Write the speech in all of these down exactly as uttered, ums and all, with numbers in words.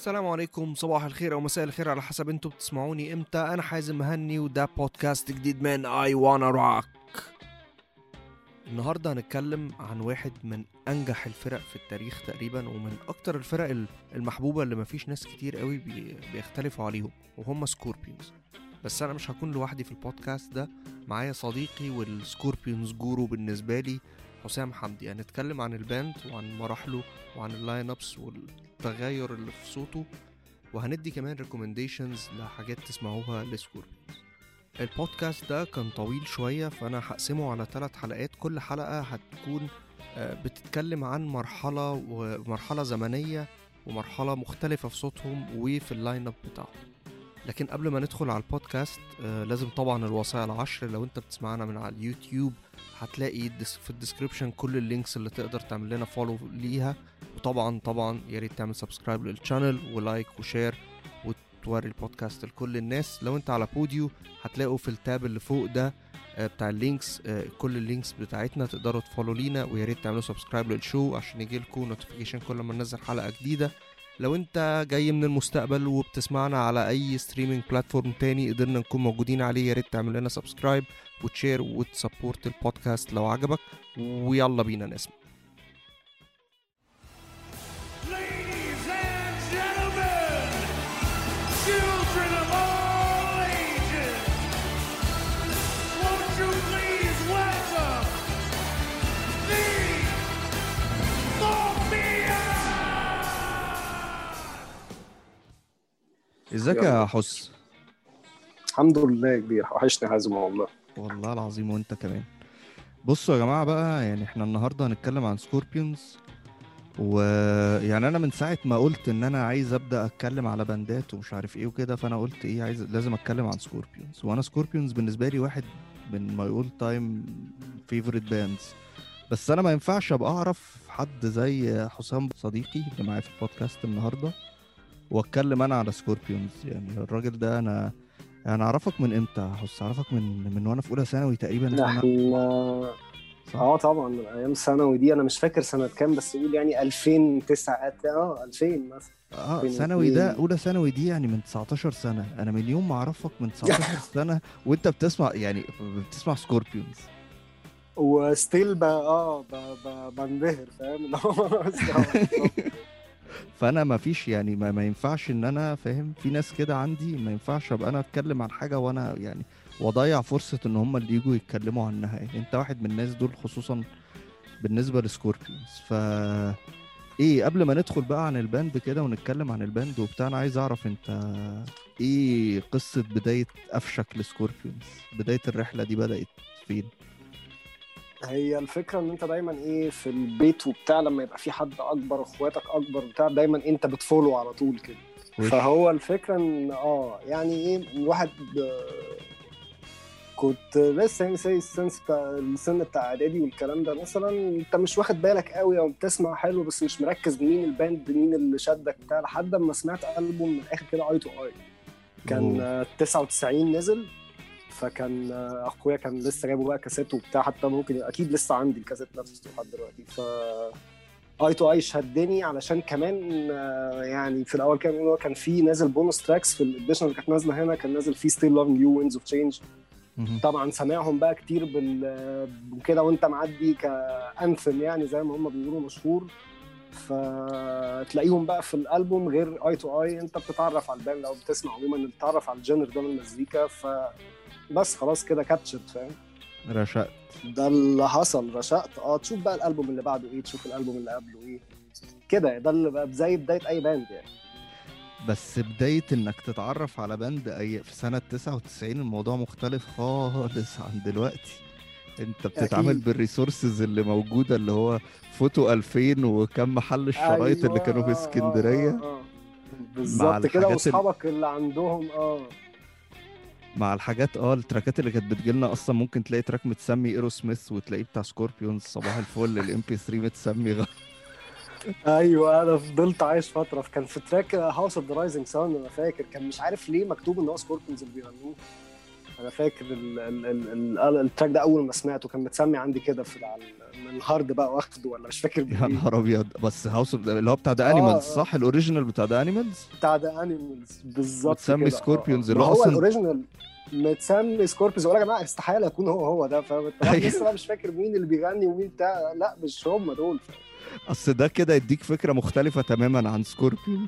السلام عليكم، صباح الخير او مساء الخير على حسب انتوا بتسمعوني امتى. انا حازم مهني وده بودكاست جديد من اي وانا روك. النهارده هنتكلم عن واحد من انجح الفرق في التاريخ تقريبا، ومن اكتر الفرق المحبوبه اللي مفيش ناس كتير قوي بيختلفوا عليهم، وهم سكوربيونز. بس انا مش هكون لوحدي في البودكاست ده، معايا صديقي والسكوربيونز جورو بالنسبه لي حسام حمدي. هنتكلم عن الباند وعن مراحله وعن اللاين ابس والتغير اللي في صوته، وهندي كمان ريكومنديشنز لحاجات تسمعوها لسكوربيونز. البودكاست ده كان طويل شوية، فأنا هقسمه على ثلاث حلقات. كل حلقة هتكون بتتكلم عن مرحلة ومرحلة زمنية ومرحلة مختلفة في صوتهم وفي اللاين اب بتاعهم. لكن قبل ما ندخل على البودكاست لازم طبعا الوصايا العشر. لو انت بتسمعنا من على اليوتيوب هتلاقي في الديسكريبشن كل اللينكس اللي تقدر تعمل لنا فولو ليها، وطبعا طبعا يا ريت تعمل سبسكرايب للشانل ولايك وشير وتوري البودكاست لكل الناس. لو انت على بوديو هتلاقوا في التاب اللي فوق ده بتاع اللينكس كل اللينكس بتاعتنا، تقدروا تفولو لينا، ويا ريت تعملوا سبسكرايب للشو عشان يجيلكوا نوتيفيكيشن كل ما ننزل حلقة جديدة. لو انت جاي من المستقبل وبتسمعنا على اي ستريمينج بلاتفورم تاني قدرنا نكون موجودين عليه، يا ريت تعمل لنا سبسكرايب وتشير وتسبورت البودكاست لو عجبك. ويلا بينا نسمع. Ladies and gentlemen, children of all ages, won't you please welcome the Morphia! ازيك يا حس؟ الحمد لله كبير، وحشني حازم والله. والله العظيم وانت كمان. بصوا يا جماعة بقى، يعني احنا النهاردة هنتكلم عن سكوربيونز، ويعني انا من ساعة ما قلت ان انا عايز ابدأ اتكلم على باندات ومش عارف ايه وكده، فانا قلت ايه عايز لازم اتكلم عن سكوربيونز. وانا سكوربيونز بالنسبة لي واحد من my all time favorite bands. بس انا ما ينفعش ابقى اعرف حد زي حسام صديقي اللي معايا في البودكاست النهاردة واتكلم انا على سكوربيونز. يعني الراجل ده انا انا اعرفك من امتى؟ حس اعرفك من من وانا في اولى ثانوي تقريبا. احنا صح؟ اه طبعا من ايام ثانوي دي، انا مش فاكر سنه كام، بس قول يعني ألفين وتسعة اه ألفين مثلا. اه ثانوي ده اولى ثانوي دي يعني من تسعتاشر سنه. انا من يوم ما اعرفك من تسعتاشر سنه وانت بتسمع يعني بتسمع سكوربيونز، وستيل بقى اه ب... ب... بنبهر، فاهم اللي هو فانا ما فيش يعني ما, ما ينفعش ان انا فاهم في ناس كده عندي، ما ينفعش ابقى انا اتكلم عن حاجه وانا يعني وضيع فرصه ان هم اللي يجوا يتكلموا عنها. يعني انت واحد من الناس دول خصوصا بالنسبه لسكوربيونز. ف ايه قبل ما ندخل بقى عن الباند كده ونتكلم عن الباند وبتاع، انا عايز اعرف انت ايه قصه بدايه قفشك لسكوربيونز؟ بدايه الرحله دي بدات فين؟ هي الفكره ان انت دايما ايه في البيت وبتاع، لما يبقى في حد اكبر، اخواتك اكبر بتاع، دايما انت بتفولو على طول كده. وش؟ فهو الفكره ان اه يعني ايه الواحد كنت لسه يعني زي السن بتاع السن بتاع اعدادي والكلام ده، مثلا انت مش واخد بالك قوي او بتسمع حلو بس مش مركز مين الباند مين اللي شدك بتاع، لحد ما سمعت ألبوم من الاخر كده اي تو اي كان أوه. تسعة وتسعين نزل. فكان اخويا كان لسه جايبه بقى كاسيت وبتاع، حتى ممكن اكيد لسه عندي الكاسيت نفسه لحد دلوقتي. ف اي تو اي شدني علشان كمان يعني في الاول كان هو كان في نازل بونس تراكس في الاديشن اللي كانت نازله هنا، كان نازل فيه ستيل لافينج يو ويندز اوف تشينج. طبعا سمعهم بقى كتير بكده وانت معدي كأنثم يعني زي ما هم بيقولوا مشهور، فتلاقيهم بقى في الالبوم غير اي تو اي. انت بتتعرف على الباند لو بتسمع عموما، بتتعرف على الجنر ده من المزيكا، فبس خلاص كده كاتشت، فاهم؟ رشقت. ده اللي حصل، رشقت. اه تشوف بقى الالبوم اللي بعده ايه، تشوف الالبوم اللي قبله ايه كده. ده اللي بقى زي بدايه اي باند يعني. بس بداية انك تتعرف على باند اي في سنة تسعة وتسعين الموضوع مختلف خالص عن دلوقتي. انت بتتعامل أكيد. بالريسورسز اللي موجودة، اللي هو فوتو ألفين وكم محل الشرايط أيوة. اللي كانوا في آه اسكندرية، آه آه. مع بالظبط كده. الحاجات ال... واصحابك اللي عندهم اه مع الحاجات اه التراكات اللي كانت بتجيلنا اصلا. ممكن تلاقي تراك متسمي ايرو سميث وتلاقيه بتاع سكوربيونز. صباح الفل. الام بي ثلاثة متسمي غ... ايوه. انا فضلت عايش فتره، كان في تراك هاوس اوف ذا رايزنج سان، انا فاكر كان مش عارف ليه مكتوب ان هو سكوربيونز اللي بيغنوه. انا فاكر ال- ال- ال- ال- التراك ده اول ما سمعته كان متسمي عندي كده في على- من الهارد بقى واخده ولا مش فاكر يا بايه. نهار ابيض. بس هاوس اللي هو بتاع ذا آه، انيمالز، آه. صح؟ الاوريجينال بتاع ذا انيمالز بتاع ذا انيمالز بالظبط متسمي كده. آه، سكوربيونز، آه. اللي ما هو هو أصلاً- الاوريجينال متسمي سكوربيونز. ولا يا جماعه استحاله يكون هو هو ده، فاهم انت؟ الواحد أيوه. لسه بقى مش فاكر مين اللي بيغني ومين بتاع، لا مش هم دول. اصل ده كده يديك فكره مختلفه تماما عن سكوربيونز.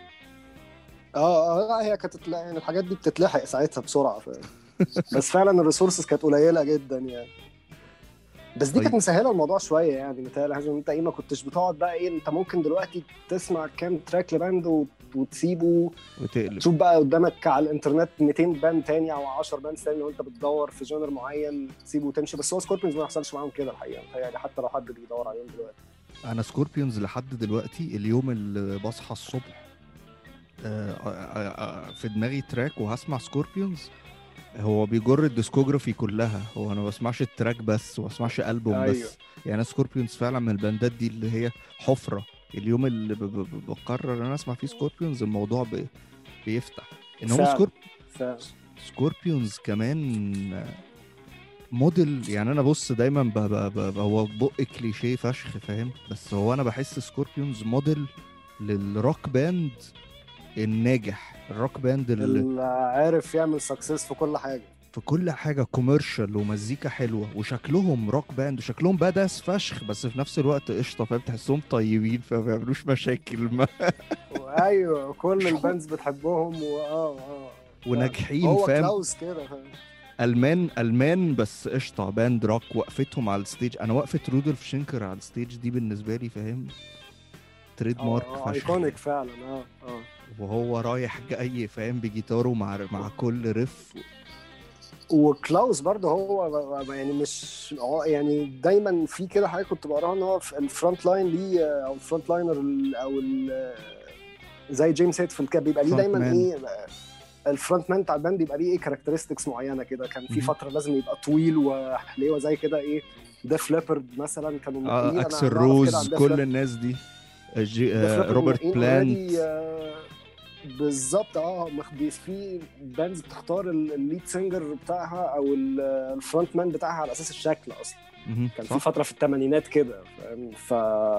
اه اه لا هي كانت تتلا- يعني الحاجات دي بتتلحق ساعتها بسرعه، فاهم؟ بس فعلا الريسورسز كانت قليله جدا يعني. بس دي طيب. كانت مسهله الموضوع شويه يعني. متهيألي حاجه انت ايه ما كنتش بتقعد بقى ايه، انت ممكن دلوقتي تسمع كام تراك لباند وت- وتسيبه، وتقلب. تشوف بقى قدامك على الانترنت مئتين باند تاني او عشرة باند تاني وانت بتدور في جونر معين تسيبه وتمشي. بس هو سكوربيونز ما يحصلش معاهم كده الحقيقه، متهيألي حتى لو حد بيدور عليهم دلوقتي. انا سكوربيونز لحد دلوقتي اليوم اللي بصحى الصبح آه، آه، آه، آه، في دماغي تراك وهسمع سكوربيونز، هو بيجر الديسكوجرافي كلها. هو انا ما بسمعش التراك بس وما بسمعش ألبوم أيوه. بس. يعني انا سكوربيونز فعلا من الباندات دي اللي هي حفرة. اليوم اللي ب- ب- ب- بقرر ان انا اسمع فيه سكوربيونز الموضوع بي- بيفتح ان هم فعلا. سكورب فعلا. سكوربيونز كمان موديل. يعني انا بص دايما ب... ب... ب... هو بق كليشيه فشخ فاهم، بس هو انا بحس سكوربيونز موديل للروك باند الناجح، الروك باند اللي اللي عارف يعمل سكسس في كل حاجه. في كل حاجه كوميرشال ومزيكا حلوه وشكلهم روك باند وشكلهم باداس فشخ، بس في نفس الوقت قشطه فاهم، تحسهم طيبين فما بيعملوش مشاكل ما ايوه كل الباندز بتحبهم واه اه وناجحين هو فاهم. كلاوس كده فاهم. المان المان بس قشطه باند روك. وقفتهم على الستيج، انا وقفه رودولف شينكر على الستيج دي بالنسبه لي فاهم تريد مارك فشخ. ايكونيك فعلا. اه اه وهو رايح جاي فاهم بجيتاره مع مع كل ريف. وكلاوس برضه هو يعني مش هو يعني دايما في كده حاجه كنت بقراها ان هو في الفرونت لاين ليه او الفرونت لاينر او ال- زي جيمس هيتفيلد كده بيبقى ليه فرونت دايما مان. ايه الفرونت مان بتاع الباند بيبقى ليه ايه كاركترستكس معينه كده. كان في مهم. فتره لازم يبقى طويل وحليوه زي كده ايه ديف ليبرد مثلا كانوا منقلين. آه أنا اكسل أعرف كده عن روز ديف كل ليبرد. الناس دي جي... ديف آه ليبرد روبرت منقلين بلانت. already، آه، بالظبط. اه مخ- في باندز بتختار ال- الليد سينجر بتاعها او ال- الفرونت مان بتاعها على اساس الشكل اصلا. مهم. كان في صح. فتره في الثمانينات كده فاهم. ف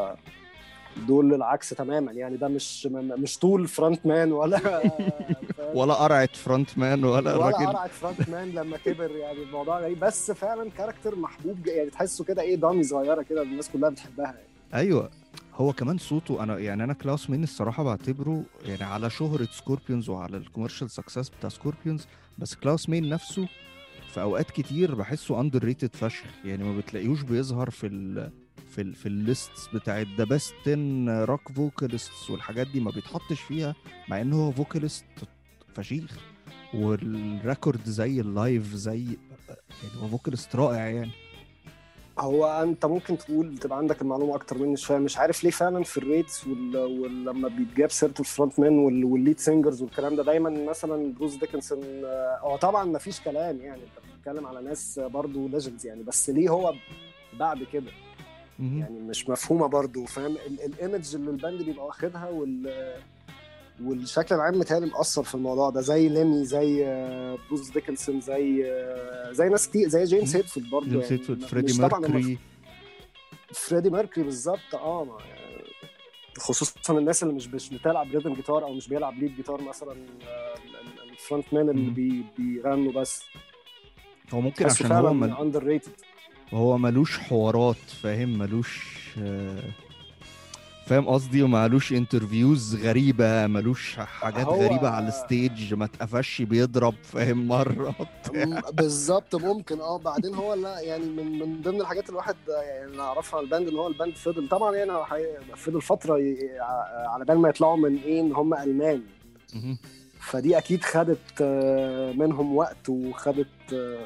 دول العكس تماما يعني. ده مش م- مش طول فرونت مان ولا فاهم؟ ولا قرعه فرونت مان ولا ولا الراجل. قرعه فرونت مان لما كبر. يعني الموضوع غريب بس فعلا كاركتر محبوب ج- يعني تحسه كده ايه دامي صغيره كده الناس كلها بتحبها يعني. ايوه هو كمان صوته. انا يعني انا كلاوس مين الصراحه بعتبره يعني على شهره سكوربيونز وعلى الكوميرشال سكسس بتاع سكوربيونز، بس كلاوس مين نفسه في اوقات كتير بحسه اندر ريتد فشخ. يعني ما بتلاقيوش بيظهر في ال في ال في الليست بتاعت ذا بيست عشرة روك فوكاليستس والحاجات دي، ما بيتحطش فيها مع انه هو فوكاليست فشيخ. والريكورد زي اللايف زي يعني هو فوكاليست رائع يعني. هو انت ممكن تقول تبقى عندك المعلومه اكتر مني شويه. مش عارف ليه فعلا في الريتس وال... ولما بيتجاب سيره الفرونت مان وال... والليد سينجرز والكلام ده دايما مثلا بروس ديكنسون. آه، هو طبعا ما فيش كلام يعني، انت بتتكلم على ناس برضو ليجندز يعني. بس ليه هو بعد كده مهم. يعني مش مفهومه برضو فاهم. الايمج اللي الباند بيبقى واخدها وال والشكل العام متهيألي مأثر في الموضوع ده. زي ليمي زي آه، بروس ديكنسون زي آه، زي ناس كتير زي جيمس هيتفيلد برضو جيمس يعني. هيتفيلد، مش فريدي طبعاً هم ميركوري. فريدي ميركوري بالظبط. اه ما يعني خصوصا الناس اللي مش مش بتلعب ريتم جيتار او مش بيلعب ليد جيتار مثلا. آه، ال- ال- الفرونت مان اللي مم. بي بيغنوا بس. هو ممكن تحسه عشان هو فعلا مل... اندر ريتد. وهو ملوش حوارات فاهم، ملوش آه، فاهم قصدي، ومالوش انترفيوز غريبة، ملوش حاجات هو- غريبة على الستيج، ما تقفش بيضرب فاهم مرة م- بالظبط ممكن. اه بعدين هو لا يعني من من ضمن الحاجات الواحد يعني نعرفها على الباند ان هو الباند فضل طبعا يعني هو حي- فضل فتره ي- ع- على بال ما يطلعوا من ايه ان هم المان. مهم. فدي اكيد خدت آه، منهم وقت وخدت آه،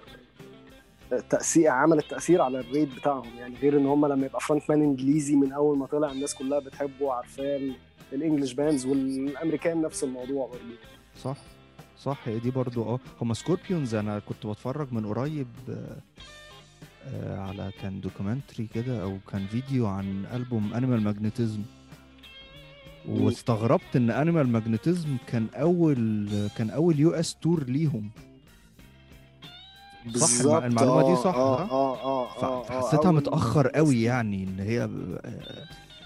تأثير عملت تأثير على الريت بتاعهم يعني. غير ان هم لما يبقى فرونت مان انجليزي من اول ما طلع الناس كلها بتحبه وعارفاه. الانجليش باندز والامريكان نفس الموضوع برضه. صح صح. هي دي برضو اه هما سكوربيونز. انا كنت بتفرج من قريب آه، آه، على كان دوكيومنتري كده او كان فيديو عن ألبوم انيمال ماجنتيزم، واستغربت ان انيمال ماجنتيزم كان اول كان اول يو اس تور ليهم. بالظبط. المعلومة دي آه، صح، اه ها؟ اه اه اه فحسيتها أول متأخر قوي US يعني ان هي ب- آه،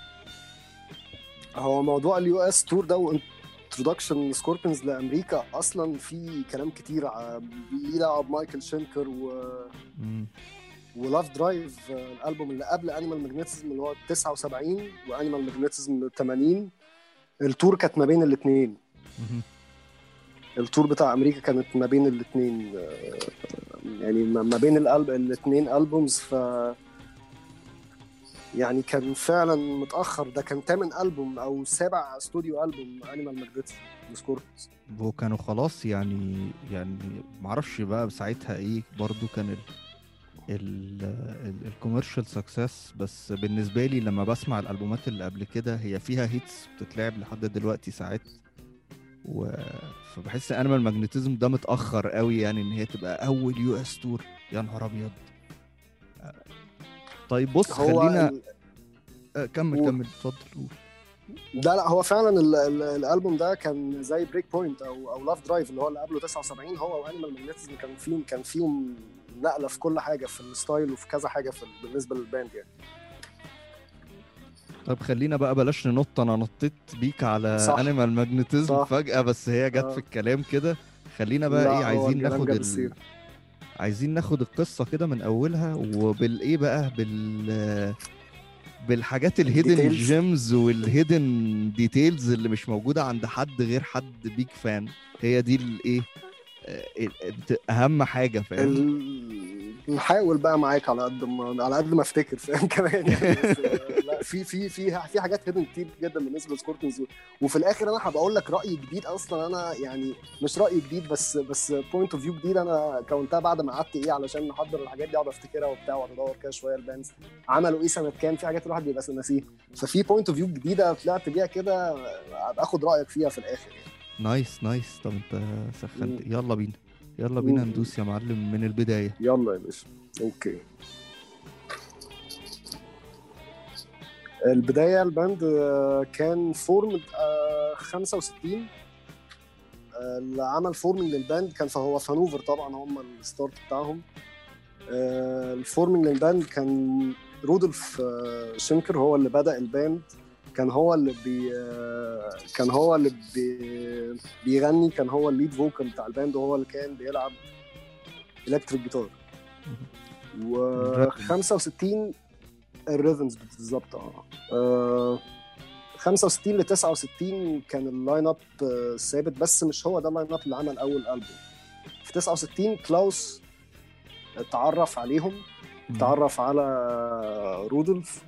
هو موضوع اليو اس تور ده وانترودكشن سكوربينز لامريكا اصلا في كلام كتير ع- ليه دعوه بمايكل شينكر و مم. ولاف درايف، آه، الالبوم اللي قبل انيمال ماجنتيزم اللي هو تسعة وسبعين وانيمال ماجنتيزم ثمانين. التور كانت ما بين الاثنين، مهم. التور بتاع امريكا كانت ما بين الاثنين، يعني ما ما بين الألب... الاثنين البومز. ف يعني كان فعلا متاخر، ده كان تامن البوم او سابع استوديو البوم انيمال ماجنتيزم سكوربينز. وكانوا خلاص يعني يعني معرفش بقى ساعتها ايه برضو كان ال الكوميرشال سكسس، بس بالنسبة لي لما بسمع الألبومات اللي قبل كده هي فيها هيتس بتتلعب لحد دلوقتي ساعات، و فبحس انيمال ماجنتيزم ده متأخر قوي يعني ان هي تبقى اول يو اس تور. يا نهار ابيض. طيب بص هو خلينا ال... آه، كمل قول. كمل اتفضل قول. ده لا هو فعلا ال... ال... الالبوم ده كان زي بريك بوينت او او لاف درايف اللي هو اللي قبله تسعة وسبعين. هو وانيمال ماجنتيزم كان فيهم كان فيهم نقله في كل حاجه، في الستايل وفي كذا حاجه في ال- بالنسبه للباند يعني. طب خلينا بقى بلاش ننط، انا نطيت بيك على صح انيمال ماجنتيزم صح. فجأة بس هي جت في آه. الكلام كده. خلينا بقى لا ايه، هو عايزين الكلام ناخد جاب ال... السير. عايزين ناخد القصة كده من اولها، وبالايه بقى بال بالحاجات الهيدن الديتيلز. جيمز والهيدن ديتيلز اللي مش موجودة عند حد غير حد بيج فان. هي دي الايه آه، ال- اهم حاجة، فاهم؟ ال- نحاول بقى معاك على قد ما على قد ما افتكر، فاهم كمان يعني. بس لا في في في في حاجات هيدن كتير جدا بالنسبه لسكوربينز. وفي الاخر انا هبقى اقول لك راي جديد اصلا، انا يعني مش راي جديد بس بس بوينت اوف فيو جديد انا كونتها بعد ما قعدت ايه علشان نحضر الحاجات دي، اقعد افتكرها وبتاع واقعد ادور كده شويه البانز عملوا ايه سنه كام، في حاجات الواحد بيبقى ناسيها. ففي بوينت اوف فيو جديده طلعت بيها كده، ابقى اخد رايك فيها في الاخر يعني. نايس نايس. طب انت سخنت، مم. يلا بينا يلا بينا مم. ندوس يا معلم من البداية. يلا يا باشا. اوكي. البداية الباند آه، كان فورم خمسة وستين. آه، اللي عمل فورمنج للباند كان فهو فانوفر طبعا، هم الستارت بتاعهم. آه، الفورمنج للباند كان رودولف آه، شينكر هو اللي بدأ الباند. كان هو اللي بي آه، كان هو اللي بي بيغني، كان هو الليد فوكال بتاع الباند، وهو اللي كان بيلعب الكتريك جيتار. و65 الريذمز بالظبط. اه آه، خمسة وستين ل تسعة وستين كان اللاين اب آه، ثابت، بس مش هو ده اللاين اب اللي عمل اول البوم. في تسعة وستين كلاوس اتعرف عليهم، اتعرف على رودولف،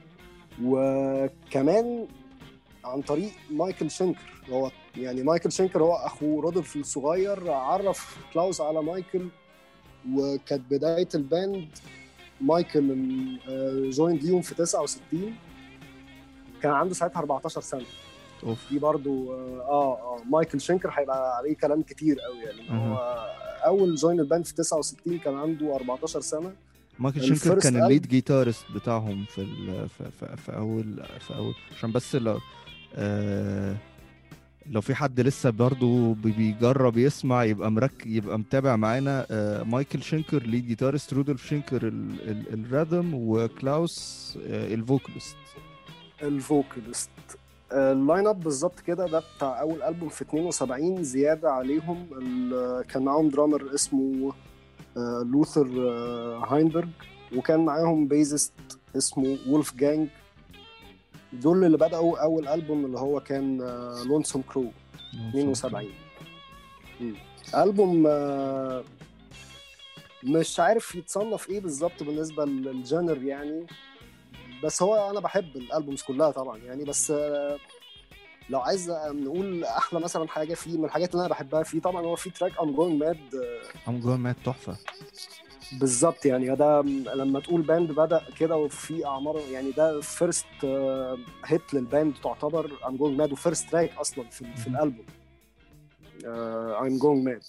وكمان عن طريق مايكل شينكر. هو يعني مايكل شينكر هو اخو رودولف الصغير، عرف كلاوس على مايكل، وكانت بدايه الباند. مايكل جوين ليهم في تسعة وستين، كان عنده ساعتها أربعتاشر سنه. اوف. دي برضو اه اه مايكل شينكر هيبقى عليه كلام كتير قوي يعني. أها. هو اول جوين الباند في تسعة وستين كان عنده أربعتاشر سنه. مايكل شينكر الفيرست كان ألبوم- الليد جيتارست بتاعهم في ال... في, في, في اول في اول عشان بس لو آه... لو في حد لسه برضو بي- بيجرب يسمع يبقى مرك يبقى متابع معانا. آه... مايكل شينكر ليد جيتارست، رودولف شينكر ال... ال... الرhythm، وكلاوس آه... الفوكاليست. الفوكاليست. اللاين اب بالظبط كده، ده بتاع اول البوم في اتنين وسبعين. زياده عليهم ال- كان معاهم درامر اسمه آه، لوثر آه، هاينبرج، وكان معاهم بيزست اسمه وولف جانج. دول اللي بدأوا اول البوم اللي هو كان لونسوم كرو اتنين وسبعين. مم. البوم آه، مش عارف يتصنف ايه بالظبط بالنسبه للجانر يعني، بس هو انا بحب الالبومز كلها طبعا يعني. بس آه، لو عايز نقول احلى مثلا حاجه فيه من الحاجات اللي انا بحبها فيه، طبعا هو في تراك ام جوينج ماد. ام جوين مات تحفة. بالظبط يعني ده لما تقول باند بدأ كده وفي اعمار يعني، ده فيرست هيت للباند تعتبر ام جوينج ماد، وفيرست تراك اصلا في, في مهم. الالبوم ام جوينج ماد.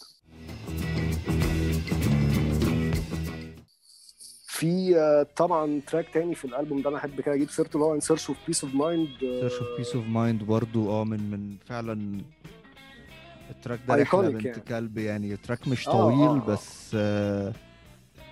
في آه، طبعا تراك تاني في الالبوم ده انا احب كده اجيب سيرته، اللي هو ان سيرش اوف بيس اوف مايند. سيرش اوف بيس اوف مايند برضو اه من من فعلا التراك ده رحلة Iconic بنت يعني. كلب يعني. تراك مش آه، طويل آه، آه. بس آه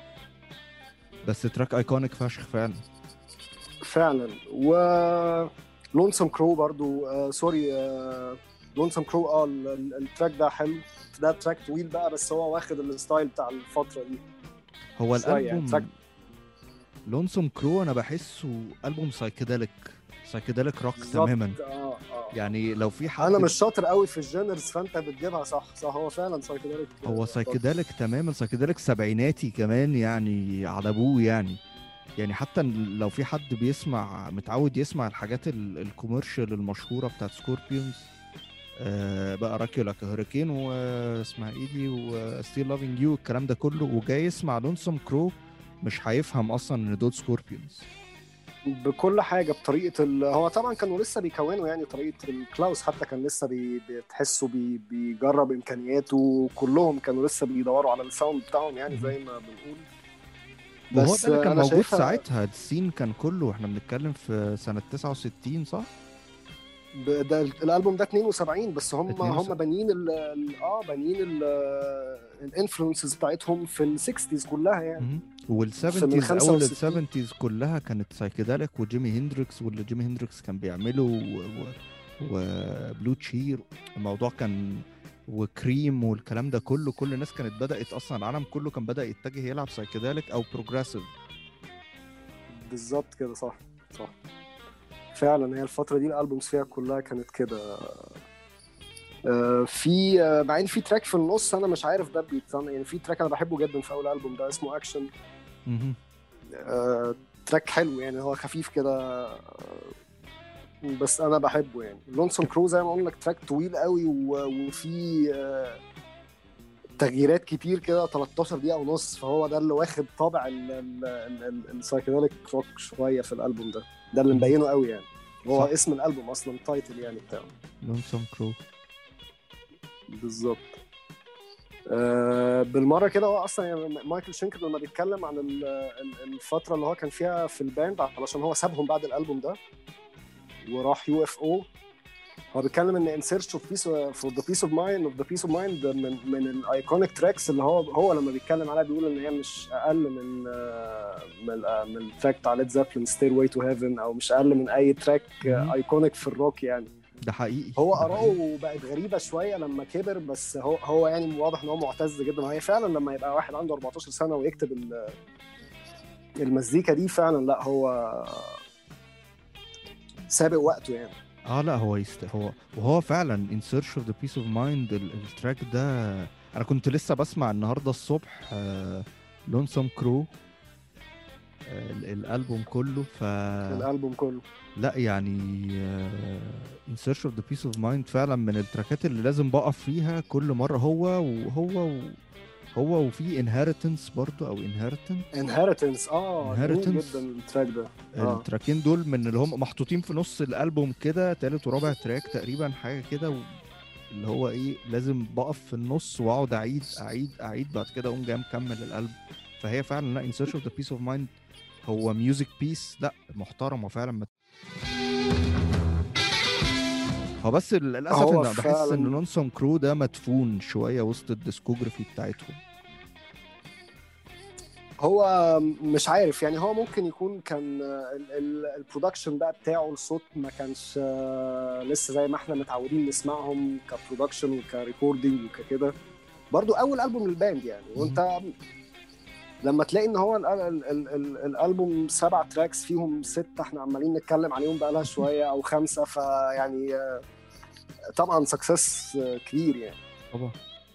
بس تراك ايكونيك فشخ فعلا. فعلا. و لونسم كرو برضو آه سوري آه لونسم كرو اه ال- ال- التراك ده حلو. ده تراك طويل بقى بس هو واخد الستايل بتاع الفترة دي هو شوية يعني. الالبوم تراك لونسوم كرو انا بحسه البوم سايكيديليك سايكيديليك روك بالظبط. تماما. اه اه يعني لو في حد انا مش شاطر قوي في الجينرز فانت بتجيبها صح صح. هو فعلا سايكيديليك. هو سايكيديليك تماما، سايكيديليك سبعيناتي كمان يعني على ابوه يعني. يعني حتى لو في حد بيسمع متعود يسمع الحاجات ال- الكوميرشال المشهوره بتاعت سكوربيونز، آه بقى راكيو لاك هوريكين واسمها ايه دي وستيل لافينج يو الكلام ده كله، وجاي يسمع لونسوم كرو مش هيفهم اصلا ان دول سكوربيونز. بكل حاجه بطريقه ال... هو طبعا كانوا لسه بيكونوا يعني طريقه الكلاوس حتى كان لسه بي... بتحسوا بي... بيجرب امكانياته. كلهم كانوا لسه بيدوروا على الساوند بتاعهم يعني زي ما بنقول. وهو بس ده اللي كان انا موجود شايفها ساعتها، السين كان كله، احنا بنتكلم في سنة تسعة وستين صح؟ ب... ده الالبوم ده اتنين وسبعين بس هم اتنين وسبعين. هم بانيين ال... ال- اه بانيين الانفلونسز بتاعتهم في الستينز كلها يعني. مهم. في من والسفنتيز خمسة اول وستين السفنتيز كلها كانت سايكيداليك، وجيمي هندريكس واللي جيمي هندريكس كان بيعمله و... و... وبلو تشير الموضوع كان، وكريم والكلام ده كله، كل الناس كانت بدأت اصلا العالم كله كان بدأ يتجه يلعب سايكيداليك او بروجريسيف. بالظبط كده صح صح. فعلا هي الفترة دي الالبومز فيها كلها كانت كده. آه، في آه، مع ان في تراك في النص انا مش عارف ده بيتصنع يعني. في تراك انا بحبه جدا في اول البوم ده اسمه اكشن. مهم. آه، تراك حلو يعني هو خفيف كده آه، بس انا بحبه يعني. لونسون كرو زي ما قلنا لك تراك طويل قوي و- وفي آه، تغييرات كتير كده تلتاشر دقيقة ونص. فهو ده اللي واخد طابع السايكيديليك روك شوية في الالبوم ده. ده اللي مبينه قوي يعني. هو صح. اسم الالبوم اصلا التايتل يعني بتاعه. لونسوم كرو. بالظبط. آه، بالمره كده هو اصلا يعني مايكل شينكر لما بيتكلم عن ال- ال- الفتره اللي هو كان فيها في الباند علشان هو سابهم بعد الالبوم ده وراح يو اف او. هو بيتكلم ان ان سيرش اوف بيس فور ذا بيس اوف مايند اوف ذا بيس اوف مايند من من الايكونيك تراكس اللي هو هو لما بيتكلم عليها بيقول ان هي مش اقل من آه، من آه، من التراك بتاع ليد زابلين ستير واي تو هيفن او مش اقل من اي تراك مهم. ايكونيك في الروك يعني. ده حقيقي. هو ده حقيقي. آراءه بقت غريبة شوية لما كبر بس هو هو يعني واضح ان هو معتز جدا. هي فعلا لما يبقى واحد عنده أربعتاشر سنة ويكتب ال- المزيكا دي فعلا لا هو سابق وقته يعني. اه لا هو يست... هو وهو فعلا in search of the peace of mind ال... التراك ده انا كنت لسه بسمع النهارده الصبح آه... لونسوم كرو آه... ال- الالبوم كله ف الألبوم كله لا يعني آه... in search of the peace of mind فعلا من التراكات اللي لازم بقف فيها كل مره. هو وهو و... هو وفي inheritance برضو او inheritance انهيرتنس اه جميل Inheritance. جدا التراك ده. اه التراكين دول من اللي هم محطوطين في نص الالبوم كده، تالت ورابع تراك تقريبا حاجه كده و... اللي هو ايه لازم بقف في النص واقعد اعيد اعيد اعيد بعد كده اقوم جاي مكمل الالبوم. فهي فعلا لا in search of the peace of mind هو ميوزك بيس لا محترمه فعلا. مت... هو بس للاسف هو ان بحس ان فعلا لونسوم كرو ده مدفون شويه وسط الديسكوجرافي بتاعتهم. هو مش عارف يعني. هو ممكن يكون كان البرودكشن بقى بتاعه الصوت ما كانش آه، لسه زي ما احنا متعودين نسمعهم كبرودكشن وكريكوردينج وكده. برضو اول البوم للباند يعني. وانت لما تلاقي ان هو ال ال ال ال الالبوم سبع تراكس فيهم ستة احنا عمالين نتكلم عليهم بقى لها شويه او خمسه فيعني آه، طبعا سكسس كبير يعني. طبعا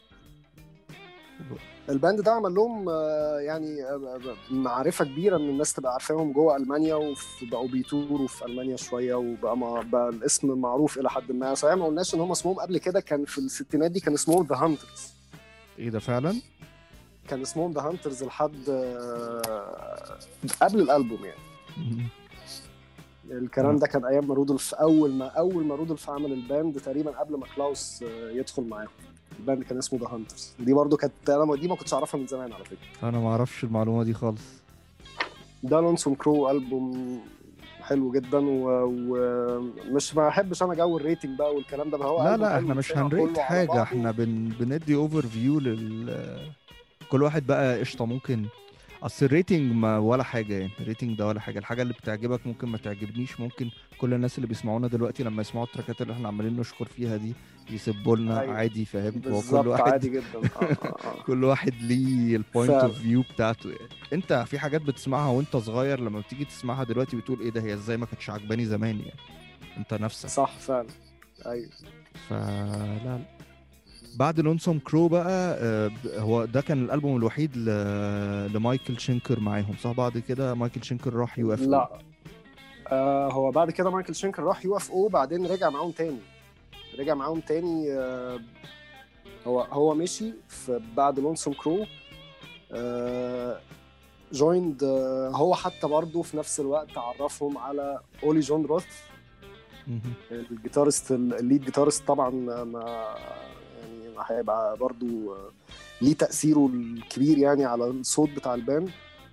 الباند ده عمل لهم آه، يعني آه، معرفه كبيره ان الناس تبقى عارفاهم جوه المانيا وبقوا بيتوروا في المانيا شويه وبقى ما بقى الاسم معروف الى حد ما. صحيح ما قلناش ان هم اسمهم قبل كده كان في الستينات دي كان اسمهم ذا هانترز. ايه ده فعلا كان اسمهم ذا هانترز لحد آه، قبل الالبوم يعني. الكلام ده كان ايام ما رودولف اول ما اول ما رودولف عمل الباند تقريبا قبل ما كلاوس آه، يدخل معاهم. الباند كان اسمه ذا هانترز. دي برضو كانت انا دي ما كنتش اعرفها من زمان على فكره. انا ما اعرفش المعلومه دي خالص. ده لونسوم كرو ألبوم حلو جدا ومش و... ما احبش انا جو الريتنج بقى والكلام ده. هو لا ألبوم لا حلو احنا مش يتسمع هنريت كله على حاجه، بعضه. احنا بن... بندي اوفر فيو لل كل واحد بقى قشطه. ممكن اصل الريتنج ما ولا حاجه، يعني الريتنج ده ولا حاجه. الحاجه اللي بتعجبك ممكن ما تعجبنيش، ممكن كل الناس اللي بيسمعونا دلوقتي لما يسمعوا التراكات اللي احنا عمالين نشكر فيها دي يسبوا لنا أيوة. عادي، فاهم؟ هو كل بالظبط، واحد عادي جدا. آه آه آه. كل واحد ليه البوينت فعلا. اوف فيو بتاعته. يعني انت في حاجات بتسمعها وانت صغير لما بتيجي تسمعها دلوقتي بتقول ايه ده، هي ازاي ما كانتش عجباني زمان؟ يعني انت نفسك. صح فعلا. ايوه. فلا لا. بعد لونسوم كرو بقى آه، هو ده كان الالبوم الوحيد ل... لمايكل شينكر معاهم، صح؟ بعد كده مايكل شينكر راح يو اف او. لا آه هو بعد كده مايكل شينكر راح يو اف او، بعدين رجع معاهم تاني رجع معاهم تاني آه هو هو مشي في بعد لونسوم كرو. آه جويند آه هو حتى برضه في نفس الوقت عرفهم على اولي جون روث، الجيتارست الليد جيتارست. طبعا ما يعني هيبقى برضو ليه تأثيره الكبير يعني على الصوت بتاع الباند.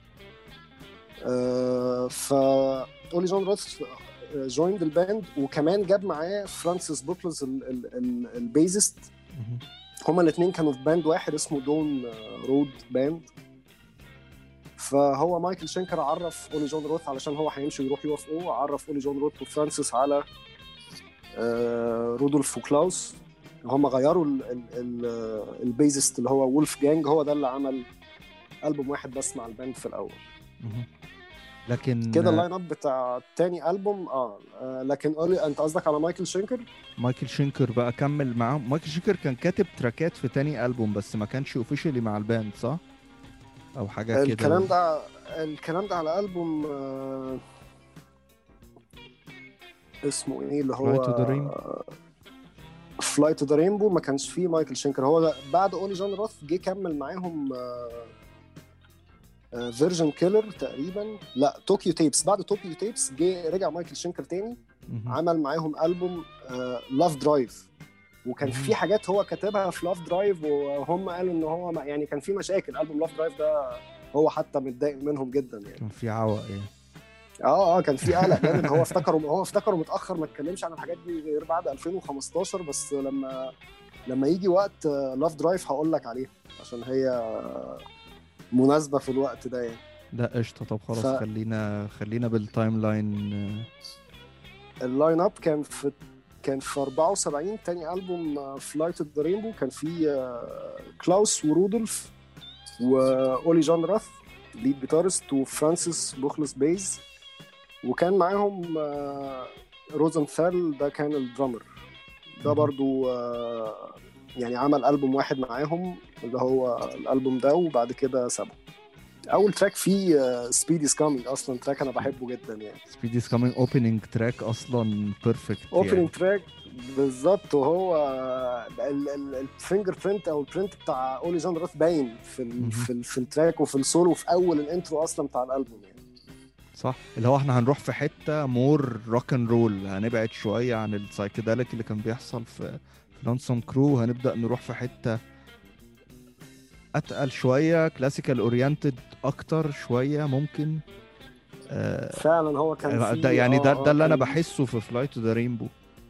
فأولي جون روث جويند الباند، وكمان جاب معاه فرانسيس بوكلز البيزست. هما الاثنين كانوا في باند واحد اسمه دون رود باند. فهو مايكل شينكر عرف أولي جون روث علشان هو هيمشي ويروح يو اف او، عرف أولي جون روث وفرانسيس على رودولف وكلاوس. هم غيروا البيزست اللي هو وولف جانج، هو ده اللي عمل ألبوم واحد بس مع الباند في الأول. لكن كده اللاين اب بتاع تاني ألبوم. اه لكن قولي انت قصدك على مايكل شينكر. مايكل شينكر بقى كمل معاهم. مايكل شينكر كان كاتب تراكات في تاني ألبوم بس ما كانش اوفيشالي مع الباند، صح؟ او حاجه كده. الكلام ده الكلام ده على ألبوم آه اسمه ايه اللي هو Fly to the Rainbow. فلاي تو ذا رينبو. ما كانش فيه مايكل شينكر. هو بعد اولي جون روث جه كمل معاهم فيرجن كيلر تقريبا، لا طوكيو تيبس. بعد طوكيو تيبس جه رجع مايكل شينكر تاني، عمل معاهم ألبوم لاف درايف. وكان في حاجات هو كاتبها في لاف درايف وهم قالوا ان هو يعني كان في مشاكل. ألبوم لاف درايف ده هو حتى متضايق منهم جدا يعني. كان في عوق يعني. اه اه كان في قلق جامد. هو افتكروا هو افتكروا متاخر ما اتكلمش عن الحاجات دي غير بعد ألفين وخمستاشر. بس لما لما يجي وقت لاف درايف هقول لك عليه عشان هي مناسبه في الوقت ده يعني. لا قشطه. طب خلاص ف... خلينا خلينا بالتايم لاين. اللاين اب كان في كان في أربعة وسبعين تاني ألبوم فلاي تو ذا رينبو. كان في كلاوس ورودولف واولي جون راث ليد جيتارست وفرانسيس بوخلس بيز، وكان معاهم روزنثال ده كان الدرامر. ده برضو يعني عمل ألبوم واحد معاهم اللي هو الألبوم ده، وبعد كده سابه. أول تراك فيه سبيدي سكامينج، أصلا تراك أنا بحبه جدا يعني. سبيدي سكامينج اوبننج تراك أصلا بيرفكت. اوبننج تراك بالظبط. وهو الفينجر برينت أو البرينت بتاع أولي جون روث باين في ال في, ال في التراك وفي السولو في أول الانترو أصلا بتاع الألبوم يعني. صح. اللي هو احنا هنروح في حته مور روك اند رول، هنبعد شويه عن السايكيداليك اللي كان بيحصل في لونسوم كرو، هنبدا نروح في حته اتقل شويه، كلاسيكال اورينتد اكتر شويه ممكن. آه فعلا هو كان ده يعني ده ده اللي انا بحسه في فلاي تو ذا رينبو.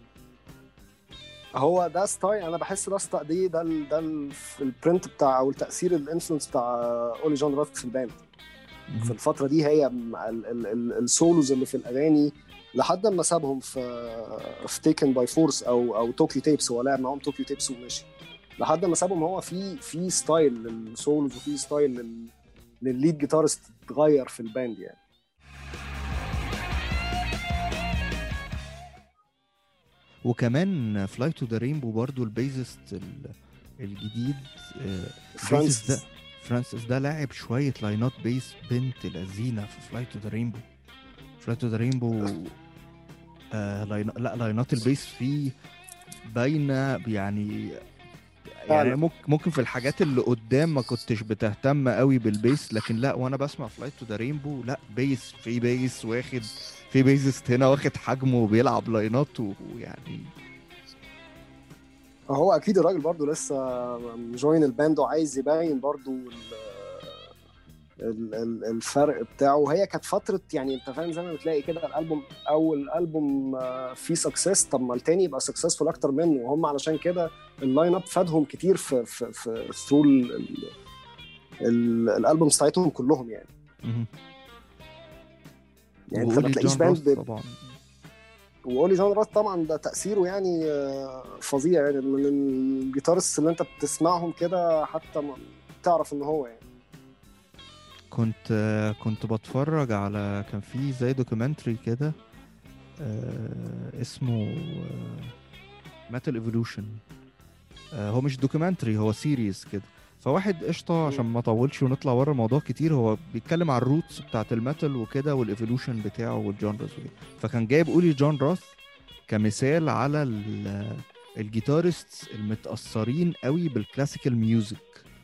هو ده ستايل انا بحس ده ستايل دي ده ال ده البرنت بتاع او التاثير الانفلونس بتاع اولي جون روث في الباند في الفتره دي. هي السولوز اللي في الاغاني لحد ما سابهم في في تيكن باي فورس او او طوكيو تيبس. هو لعب معاهم طوكيو تيبس ومشي لحد ما سابهم. هو في في ستايل للسولوز وفي ستايل للليد جيتارست اتغير في الباند يعني. وكمان فلاي تو ذا رينبو برضو البيزست الجديد فرانسيس ده فرانسيس ده لاعب شويه لاينات بيس بنت لذينه في فلاي تو ذا رينبو. فلاي تو ذا رينبو آه لاين... لا لاينات البيس فيه باينه يعني. يعني ممكن ممكن في الحاجات اللي قدام ما كنتش بتهتم قوي بالبيس، لكن لا وانا بسمع فلاي تو ذا رينبو لا بيس في بيس واخد في بيزست هنا واخد حجمه وبيلعب لاينات ويعني هو اكيد الراجل برضو لسه جوين الباند وعايز يبين برضو الفرق بتاعه. هي كانت فتره يعني انت فاهم زي ما بتلاقي كده الالبوم اول البوم فيه سكسس، طب ما التاني يبقى سكسسفول اكتر منه. وهم علشان كده اللاين اب فادهم كتير في في في ثرو ال- الالبوم بتاعتهم كلهم يعني. مهم. يعني انت ما وقولي تلاقيش جون باند روث ب... طبعا. واولي جون روث طبعا ده تاثيره يعني آه، فظيع يعني، من الجيتارست اللي انت بتسمعهم كده حتى ما تعرف ان هو يعني. كنت كنت بتفرج على، كان في زي دوكيومنتري كده آه، اسمه ميتال ايفولوشن. هو مش دوكيومنتري، هو سيريز كده. فواحد قشطه عشان ما اطولش ونطلع بره الموضوع كتير، هو بيتكلم عن الروتس بتاعت الميتال وكده والايفولوشن بتاعه والجانرز وكده. فكان جايب اولي جون روث كمثال على ال- الجيتارستس المتأثرين قوي بالكلاسيكال ميوزك.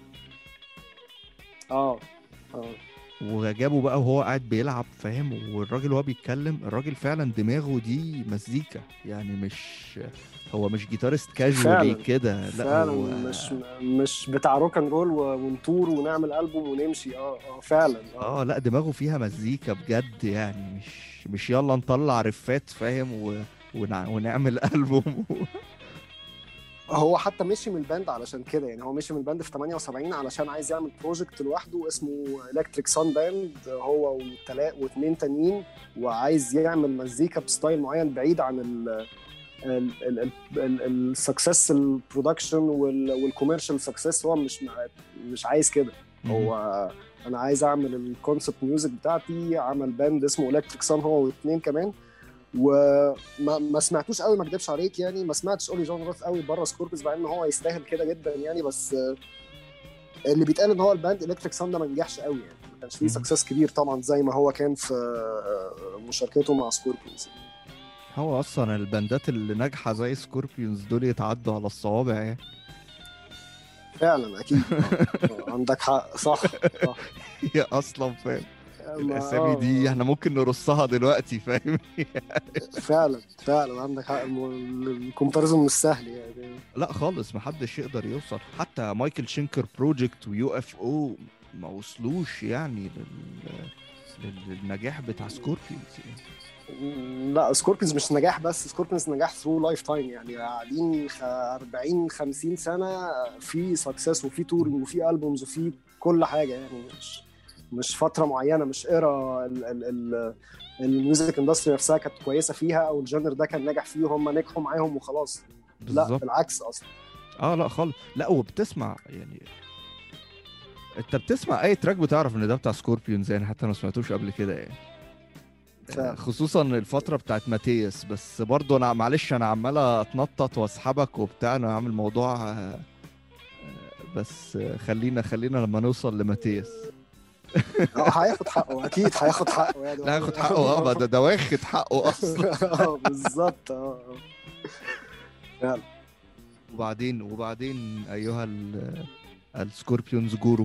اه اه وجابه بقى وهو قاعد بيلعب فاهم، والراجل وهو بيتكلم الراجل فعلا دماغه دي مزيكا يعني، مش هو مش جيتارست كاجوالي فعلا كده، لا فعلا هو مش مش بتاع روك اند رول ونطور ونعمل البوم ونمشي. اه اه فعلا اه اه لا دماغه فيها مزيكا بجد يعني، مش مش يلا نطلع رفات فاهم و... ونع... ونعمل ألبوم و... هو حتى مشي من الباند علشان كده يعني. هو مشي من الباند في ثمانية وسبعين علشان عايز يعمل بروجكت لوحده اسمه الكتريك سان باند، هو وثلاث واثنين تانيين، وعايز يعمل مزيكا بستايل معين بعيد عن ال السكسس البرودكشن والكوميرشال سكسس. هو مش مش عايز كده. هو انا عايز اعمل الكونسبت ميوزك بتاعتي. عمل باند اسمه الكتريك سان هو واثنين كمان، وما ما سمعتوش قوي، ما اكدبش عليك يعني. ما سمعتش اولي جون روث قوي بره سكوربيس، مع ان هو يستاهل كده جدا يعني. بس اللي بيتقال ان هو الباند الكتريك سان ده ما نجحش قوي يعني، ما كانش فيه سكسس كبير طبعا زي ما هو كان في مشاركته مع سكوربيس. هو اصلا الباندات اللي ناجحه زي سكوربيونز دول يتعدوا على الصوابع يعني. فعلا اكيد آه. عندك حق، صح صح. هي اصلا فاهم ما- الاسامي آه، دي آه. احنا ممكن نرصها دلوقتي فاهم. فعلا فعلا عندك حق. الكومباريزون مش سهل يعني. لا خالص محدش يقدر يوصل، حتى مايكل شينكر بروجكت ويو اف او ما وصلوش يعني لل... لل- للنجاح بتاع سكوربيونز يعني. لا سكوربينز مش نجاح بس، سكوربينز نجاح ثرو لايف تايم يعني. قاعدين خ- أربعين خمسين سنه في سكسس وفي تورنج وفي البومز وفي كل حاجه يعني. مش مش فتره معينه، مش ايرا الميوزك اندستري نفسها كانت كويسه فيها او الجانر ده كان ناجح فيه وهم نجحوا معاهم وخلاص. لا بالظبط. بالعكس اصلا. اه لا خالص، لا وبتسمع يعني، انت بتسمع اي تراك بتعرف ان ده بتاع سكوربيونز يعني، حتى ما سمعتوش قبل كده يعني. فعلا. خصوصا الفترة بتاعت ماتياس. بس برضو انا معلش انا عمال اتنطط واسحبك وبتاع، انا عامل موضوع آه، آه، بس آه، خلينا خلينا لما نوصل لماتياس. اه هياخد حقه اكيد، هياخد حقه يعني. لا هاخد حقه اه، ده ده واخد حقه اصلا. اه بالظبط اه آه. فعلا. وبعدين وبعدين ايها ال- السكوربيونز جورو.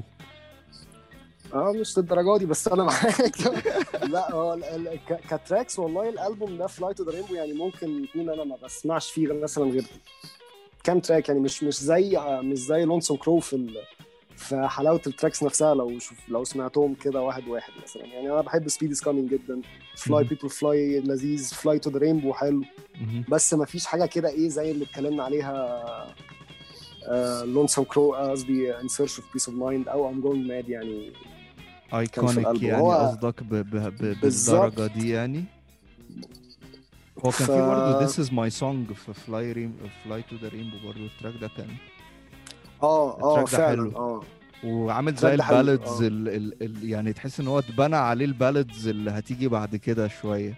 اه مش للدرجه دي بس انا معاك. لا هو ال- ال- ك- كتراكس والله الالبوم ده فلاي تو ذا رينبو يعني ممكن يكون انا ما بسمعش فيه غير مثلا غير كام تراك يعني. مش مش زي مش زي لونسون كرو في ال... في حلاوه التراكس نفسها. لو شوف لو سمعتهم كده واحد واحد مثلا يعني. انا بحب سبيد از كامينج جدا، فلاي مهم. بيبل فلاي لذيذ، فلاي تو ذا رينبو حلو. مهم. بس ما فيش حاجه كده ايه زي اللي اتكلمنا عليها لونسون كرو، قصدي ان سيرش اوف بيس اوف مايند او ام جوينج ماد يعني. ايكونيك الألبوم. يعني هو قصدك ب... ب... ب... بالظبط. بالدرجة دي يعني. هو كان ف... في برضه This is my song في فلاي ريم فلاي تو ذا رينبو برضه، التراك ده كان اه اه التراك ده فعلا حلو. اه وعامل التراك زي ده حلو، البالادز آه. ال... ال... ال... يعني تحس ان هو اتبنى عليه البالادز اللي هتيجي بعد كده شوية.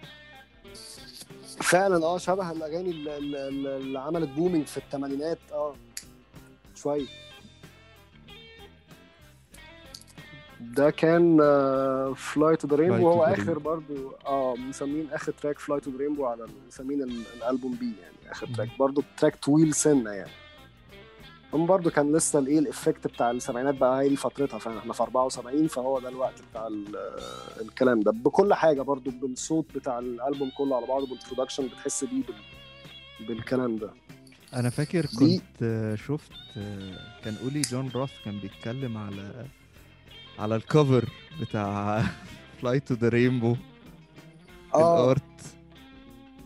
فعلا اه شبه الاغاني اللي, اللي اللي عملت بومينج في الثمانينات اه شويه. ده كان فلاي تو ذا Fly رينبو. to هو the اخر Rainbow. برضو اه مسمين اخر تراك فلاي تو ذا رينبو على مسمين ال- الالبوم بي يعني. اخر تراك برضو تراك طويل سنه يعني. هم برضو كان لسه الايه الافكت بتاع السبعينات بقى، هي دي فترتها فعلا. احنا في أربعة وسبعين فهو ده الوقت بتاع ال- الكلام ده بكل حاجه، برضو بالصوت بتاع الالبوم كله على بعضه، بالبرودكشن بتحس بيه بال... بالكلام ده. انا فاكر دي- كنت آه، شفت آه، كان اولي جون روث كان بيتكلم على على الكفر بتاع فلاي تو ذا رينبو اه الارت.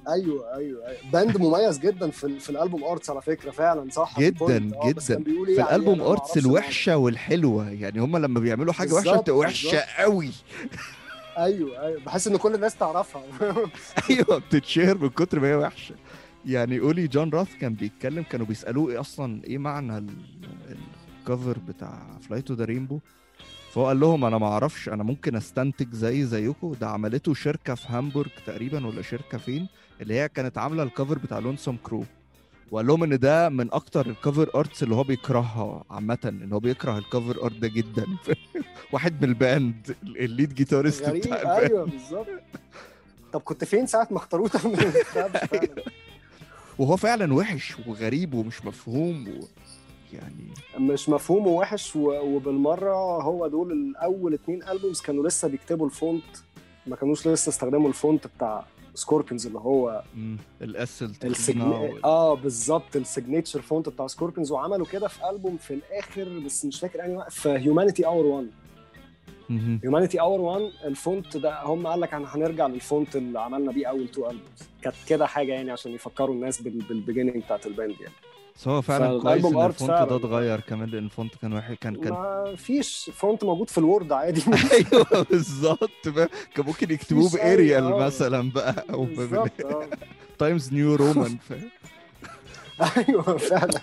ايوه ايوه ايوه باند مميز جدا في ال- في الالبوم ارتس على فكره، فعلا صح. جدا آه، بس كان جدا بيقول ايه في عليه الالبوم أنا ما ارتس أعرفش الوحشه والحلوه، يعني هم لما بيعملوا حاجه وحشه بالظبط، بتبقى وحشه بالظبط. قوي. ايوه ايوه بحس ان كل الناس تعرفها. ايوه بتتشهر من كتر ما هي وحشه. يعني قولي جون راث كان بيتكلم، كانوا بيسالوه ايه اصلا ايه معنى ال- الكفر بتاع فلاي تو ذا رينبو، فهو قال لهم انا ما اعرفش، انا ممكن استنتج زي زيكم، ده عملته شركه في هامبورغ تقريبا ولا شركه فين اللي هي كانت عامله الكفر بتاع لونسوم كرو، وقال لهم ان ده من اكتر الكفر ارتس اللي هو بيكرهها عامه، ان هو بيكره الكفر ارت ده جدا. واحد من الباند الليد جيتارست غريب، بتاع الباند. ايوه بالظبط. طب كنت فين ساعه ما اختاروه ده من الكتاب فعلا؟ وهو فعلا وحش وغريب ومش مفهوم و... يعني مش مفهوم ووحش و- وبالمره هو دول الاول اتنين البومز كانوا لسه بيكتبوا الفونت، ما كانوش لسه استخدموا الفونت بتاع سكوربيونز اللي هو مم، الاس السجن... التخينه وال... اه بالظبط السيجنتشر فونت بتاع سكوربيونز، وعملوا كده في البوم في الاخر بس مش فاكر انهي، في هيومانيتي اور واحد. مهم. هيومانيتي اور واحد الفونت ده هم قال لك احنا هنرجع للفونت اللي عملنا بيه اول تو البومز، كانت كده حاجه يعني عشان يفكروا الناس بال... بالبيجيننج بتاعت الباند يعني. بس هو فعلا كويس فالألبوم ان art الفونت ده فعلا. اتغير كمان، لان الفونت كان واحد كان كان ما فيش فونت موجود في الوورد عادي. ايوه بالظبط بقى. كان ممكن يكتبوه مفيش أي- باريال آه. مثلا بقى او بالظبط اه تايمز نيو رومان، فاهم. ايوه فعلا.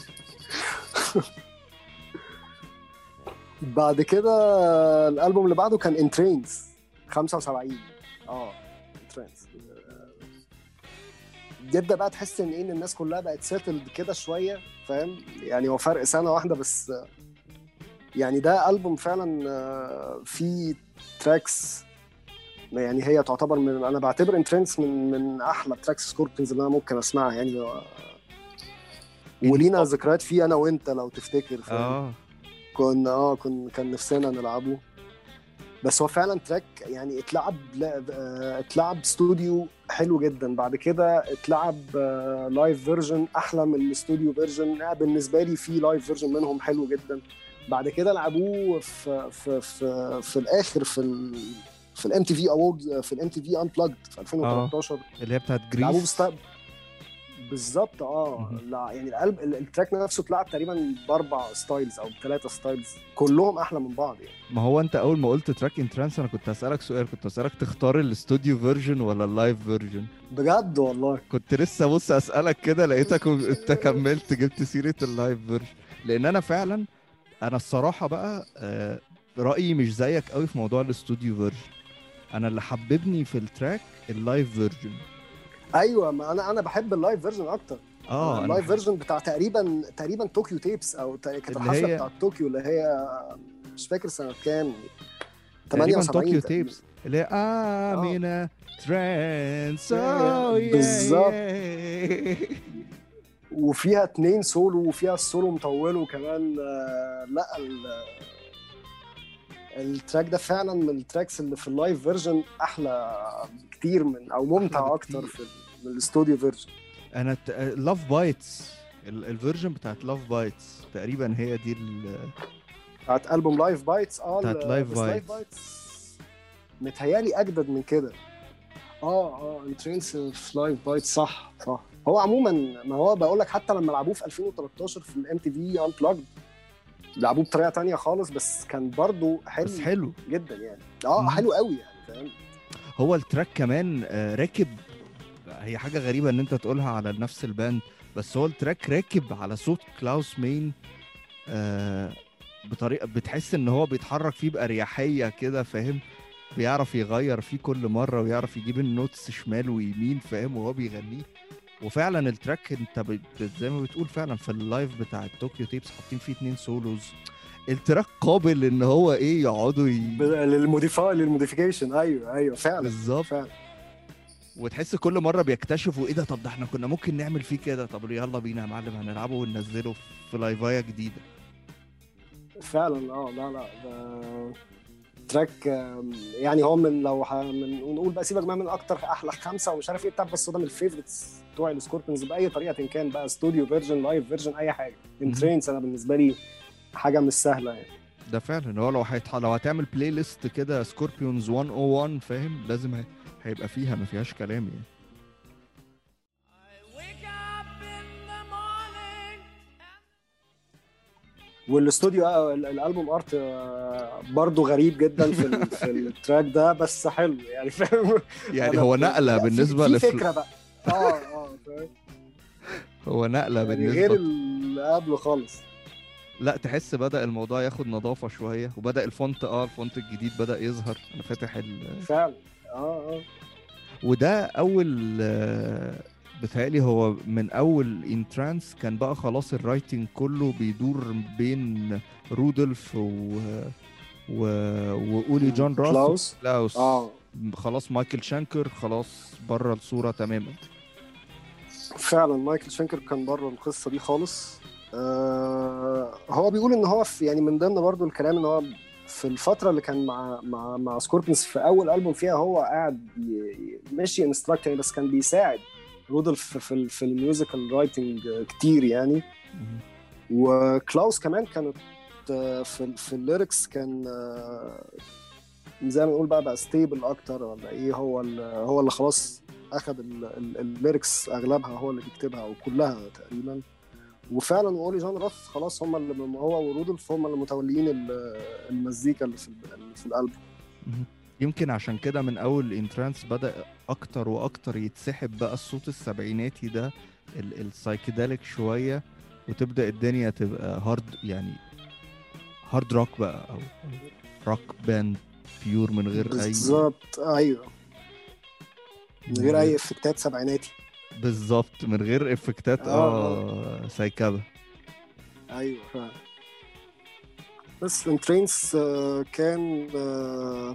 بعد كده الالبوم اللي بعده كان انترينز خمسة وسبعين. اه انترينز جدا بقى تحس ان ايه ان الناس كلها بقت سيتلد كده شويه، فاهم يعني، هو فرق سنه واحده بس. يعني ده البوم فعلا آه، فيه تراكس يعني هي تعتبر من، انا بعتبر انترينس من من احلى تراكس سكوربيونز اللي انا ممكن اسمعها يعني، ولينا ذكريات فيه انا وانت لو تفتكر، فاهم. اه كنا اه كن كان نفسنا نلعبه، بس هو فعلا تراك يعني اتلعب لا- آه، اتلعب استوديو حلو جدا، بعد كده اتلعب آه، لايف فيرجن احلى من الاستوديو فيرجن. آه، بالنسبه لي في لايف فيرجن منهم حلو جدا. بعد كده لعبوه في في في, في الاخر في ال في الام تي في اوورد، في الام تي في انبلجد في ألفين وتلتاشر. اللي هي بتاعت لعبوه جريس. بست... بالظبط اه مهم. لا يعني القلب ال- التراك نفسه اتلعب تقريبا باربع ستايلز او بثلاثه ستايلز كلهم احلى من بعض يعني. ما هو انت اول ما قلت تراك انترانس انا كنت هسألك سؤال، كنت هسألك تختار الاستوديو فيرجن ولا اللايف فيرجن. بجد والله. كنت لسه بص اسألك كده لقيتك انت كملت جبت سيرة اللايف فيرجن، لان انا فعلا انا الصراحة بقى آه، رأيي مش زيك قوي في موضوع الاستوديو فيرجن. انا اللي حببني في التراك اللايف فيرجن. ايوه ما انا انا بحب اللايف فيرجن اكتر. اه أنا اللايف بحب- فيرجن بتاع تقريبا تقريبا طوكيو تيبس او تا- كانت اللي الحفله هي- بتاعت طوكيو اللي هي مش فاكر سنه كام، تقريبا ثمانية وسبعين طوكيو تقريباً. تيبس اللي هي امينة ترانس. بالظبط. وفيها اتنين سولو وفيها السولو مطول وكمان آه، لا ال- التراك ده فعلا من التراكس اللي في اللايف فيرجن احلى كتير من او ممتع أحلى اكتر بكتير. في ال- من الاستوديو فيرجن. انا لاف بايتس الفيرجن بتاعت لاف بايتس تقريبا هي دي ال- بتاعت البوم لايف بايتس اه بتاعت ال- لايف بس لايف بايتس. بايتس متهيالي اجدد من كده. اه اه انترينس في لايف بايتس صح صح. هو عموما ما هو بقول لك حتى لما لعبوه في ألفين وتلتاشر في الام تي في انبلجد لعبوه بطريقه تانية خالص، بس كان برضو حلو بس حلو. جدا يعني. اه مم. حلو قوي يعني، فاهم. هو التراك كمان آه، راكب، هي حاجة غريبة ان انت تقولها على نفس الباند، بس هو التراك راكب على صوت كلاوس مين آه، بطريقة بتحس ان هو بيتحرك فيه بأريحية كده، فاهم. بيعرف يغير فيه كل مرة ويعرف يجيب النوتس شمال ويمين، فاهم، وهو بيغنيه. وفعلا التراك انت ب... ب- زي ما بتقول فعلا في اللايف بتاع الطوكيو تيبس حاطين فيه اتنين سولوز. التراك قابل ان هو ايه يقعدوا ي... ب- للموديفاي للموديفيكيشن ايوه ايوه فعلا بالظبط. فعلا. وتحس كل مره بيكتشفوا ايه ده، طب ده احنا كنا ممكن نعمل فيه كده، طب يلا بينا يا معلم هنلعبه وننزله في لايفايه جديده. فعلا اه لا لا ده تراك آم، يعني هو من لو ه- من نقول بقى سيبك بقى من اكتر احلى خمسه ومش عارف ايه بتاع، بس هو ده من الفيفورتس بتوع السكوربيونز باي طريقه إن كان بقى استوديو فيرجن لايف فيرجن اي حاجه. انترينز انا بالنسبه لي حاجه مش سهله يعني. ده فعلا هو لو هيتح... لو هتعمل بلاي ليست كده سكوربيونز مية وواحد، فاهم، لازم هي... هيبقى فيها ما فيهاش كلام يعني. والاستوديو آه، ال- الالبوم ارت آه، برضو غريب جدا في ال- في التراك ده، بس حلو يعني فاهم. يعني أنا هو ب- نقله في- بالنسبه في لفل... فكره بقى. اه اه فاهم؟ هو نقله يعني غير بالنسبه. اللي قبله خالص. لا تحس بدأ الموضوع ياخد نظافه شويه، وبدأ الفونت اه الفونت الجديد بدأ يظهر. انا فاتح ال... فعلا اه اه وده اول آه، بيتهيألي هو من اول انترانس كان بقى خلاص الرايتنج كله بيدور بين رودولف و... و... وأولي جون راس كلاوس. كلاوس. اه خلاص مايكل شانكر خلاص بره الصورة تماما. فعلا مايكل شانكر كان بره القصه دي خالص. آه هو بيقول ان هو في يعني من ضمن برضو الكلام ان هو في الفتره اللي كان مع مع مع سكوربينز في اول البوم فيها هو قاعد ي- ماشي انستراكت يعني، بس كان بيساعد رودولف في ال- في الميوزيكال رايتنج كتير يعني. وكلاوس كمان كانت آه، في في الليركس كان آه، زي ما نقول بقى بقى ستيبل اكتر ولا ايه. هو ال- هو اللي خلاص اخذ الليركس اغلبها هو اللي بيكتبها او كلها تقريبا. وفعلا واولي جون راث خلاص هم اللي هو ورودولف هم اللي متوليين ال- المزيكا اللي في ال- اللي في الالبوم. مهم. يمكن عشان كده من اول الانترانس بدأ اكتر واكتر يتسحب بقى الصوت السبعيناتي ده، ال- السايكيداليك شوية، وتبدأ الدنيا تبقى هارد يعني هارد روك بقى او روك باند بيور من غير اي بالظبط ايوه، من غير اي افكتات سبعيناتي. بالظبط من غير افكتات آه، اه سايكابة. ايوه فعلا. بس انترينس كان آه،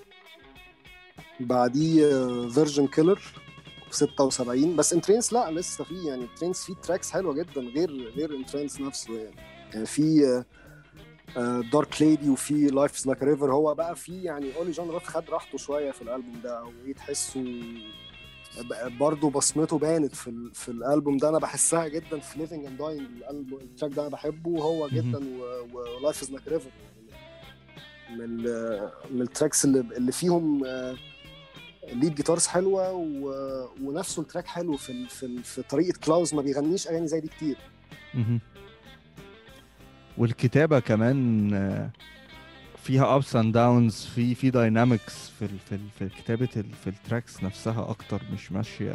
بعديه فيرجن كيلر في ستة وسبعين. بس انترينس لا لسه في يعني انترينس في تراكس حلوه جدا غير غير انترينس نفسه يعني. يعني في دارك ليدي وفي لايف از لايك ريفر. هو بقى في يعني اولي جون راث خد راحته شويه في الالبوم ده، او ايه تحسه برضه بصمته بانت في ال- في الالبوم ده. انا بحسها جدا في ليفينج اند داينج. الالبوم التراك ده انا بحبه هو جدا، ولايف از لايك ريفر من ال- من التراكس اللي اللي فيهم ليد جيتارز حلوه و... ونفسه التراك حلو في ال... في, ال... في طريقه كلاوز. ما بيغنيش اغاني زي دي كتير. مهم. والكتابة كمان آه، فيها ابس اند داونز، في في داينامكس في ال في ال في كتابة ال في التراكس نفسها اكتر، مش ماشية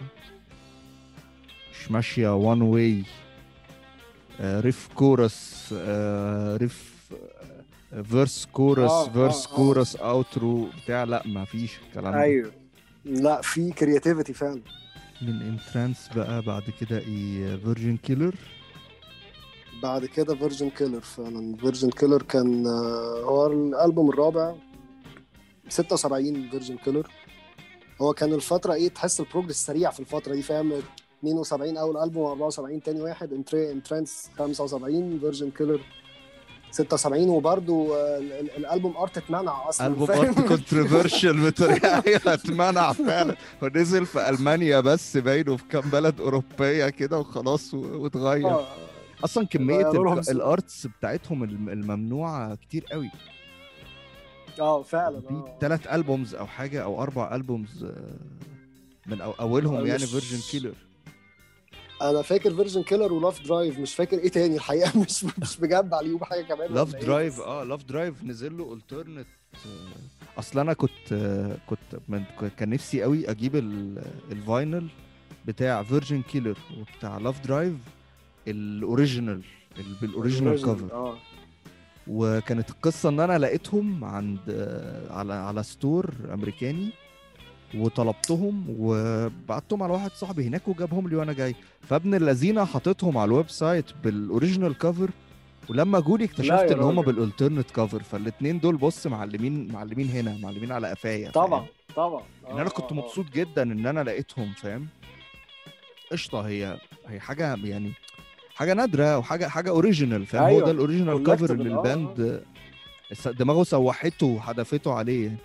مش ماشية وان واي ريف كورس ريف فيرس كورس آه، فيرس آه، آه. كورس اوترو بتاع. لا ما فيش الكلام ده. ايوه لا في كرياتيفيتي فعلا. من انترانس بقى بعد كده ايه فيرجن كيلر. بعد كده فيرجن كيلر. فعلا فيرجن كيلر كان آه، هو الالبوم الرابع ستة وسبعين. فيرجن كيلر هو كان الفتره ايه تحس البروجرس سريع في الفتره دي فاهم. اتنين وسبعين اول البوم، أربعة وسبعين تاني واحد، انترانس خمسة وسبعين، فيرجن كيلر ستة وسبعين. وبرده الالبوم ارت اتمنع اصلا البوم فاهم؟ ارت كونتروفيرشال بطريقه اتمنع فعلا. هو نزل في المانيا بس باين، وفي كام بلد اوروبيه كده وخلاص و- واتغير. آه، اصلا كميه غيروا لهم ال- سوق. الارتس بتاعتهم الم- الممنوعه كتير قوي. اه فعلا في اه ثلاث البومز او حاجه او اربع البومز من أو اولهم يعني مش- فيرجن كيلر. انا فاكر فيرجن كيلر ولاف درايف، مش فاكر ايه تاني الحقيقه. مش مش مجمع عليهم حاجه كمان. لاف ولا إيه درايف بس. اه لاف درايف نزل له الترنت. اصل انا كنت آه، كنت من كان نفسي قوي اجيب ال- الفاينل بتاع فيرجن كيلر وبتاع لاف درايف الاوريجينال ال- بالاوريجينال كفر. اه وكانت القصه ان انا لقيتهم عند آه، على على ستور امريكاني، وطلبتهم وبعتهم على واحد صاحبي هناك وجابهم لي وانا جاي. فابن الذين حاططهم على الويب سايت بالاوريجينال كفر، ولما جولي لا اكتشفت يا ان هم راجل. بالالترنت كفر. فالاتنين دول بص معلمين معلمين هنا معلمين على قفايا. طبعا فاهم؟ طبعا. ان انا كنت مبسوط جدا ان انا لقيتهم. فاهم؟ قشطه. هي هي حاجه يعني حاجه نادره وحاجه حاجه اوريجينال. فاهم؟ هو أيوة، ده الاوريجينال كفر اللي collectible. آه، الباند س- دماغه سوحته وحدفته عليه يعني.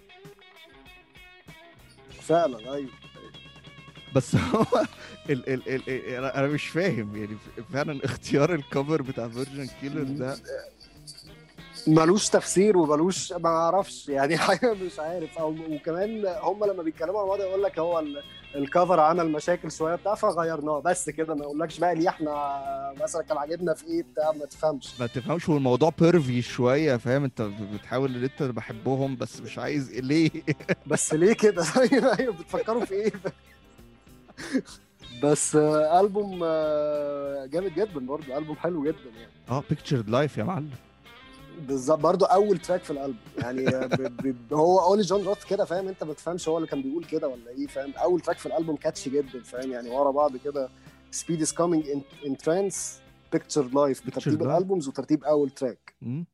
فعلا ايوه. بس هو ال ال ال ال انا أنا مش فاهم يعني فعلا اختيار الكفر بتاع فيرجن كيلر ده. ملوش تفسير وملوش ما اعرفش يعني حاجه مش عارف. او وكمان هم لما بيتكلموا عن الوضع يقول لك هو ال- الكفر عمل مشاكل شويه بتاع فغيرناه بس كده، ما يقولكش بقى ليه احنا مثلا كان عاجبنا في ايه بتاع، ما تفهمش. ما تفهمش، هو الموضوع بيرفي شويه فاهم، انت بتحاول ان انت بحبهم بس مش عايز ليه. بس ليه كده؟ ايوه ايوه بتفكروا في ايه؟ بس آه، ألبوم آه، جامد جدا برضه، ألبوم حلو جدا يعني. اه بيكتشرد لايف يا معلم. بالظبط برضه اول تراك في الالبوم يعني ب... ب... هو اولي جون روث كده فاهم، انت ما بتفهمش هو اللي كان بيقول كده ولا ايه فاهم. اول تراك في الالبوم كاتشي جدا فاهم يعني، ورا بعض كده سبيد از كامينج ان ترانس بيكتشر لايف بترتيب Life. الالبومز وترتيب اول تراك. مم.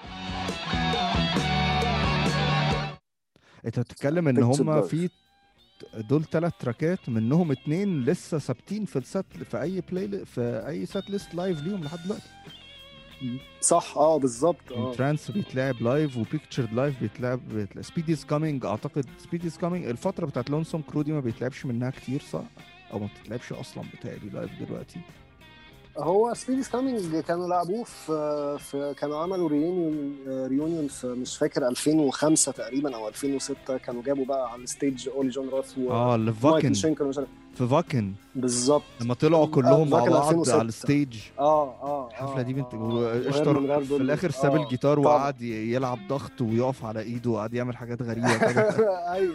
انت بتتكلم ان Pictured هم Life. في دول ثلاث تراكات منهم اتنين لسه ثابتين في السات في اي بلاي في اي سات ليست لايف ليهم لحد دلوقتي. صح اه بالظبط اه. ترانس بيتلعب لايف وبيكتشرد لايف بيتلعب. سبيد از كامينج اعتقد سبيد از كامينج الفتره بتاعت لونسوم كرو دي ما بيتلعبش منها كتير صح، او ما بتتلعبش اصلا بتهيألي لايف دلوقتي. هو سبيد از كامينج كانوا لعبوه في, في كانوا عملوا ريونيون ريونيون في مش فاكر ألفين وخمسة تقريبا او ألفين وستة، كانوا جابوا بقى على الستيج اولي جون روث و اه اللي في مايكل فاكن شينكر ومش عارف. في فاكن بالظبط لما طلعوا كلهم مع فاكن بعض ألفين وستة. على الستيج. اه اه الحفله دي بنت آه. اشتر وهيرمان في جاردن. الاخر ساب آه. الجيتار طبعا. وقعد ي- يلعب ضغط ويقف على ايده وقعد يعمل حاجات غريبه كده. ايوه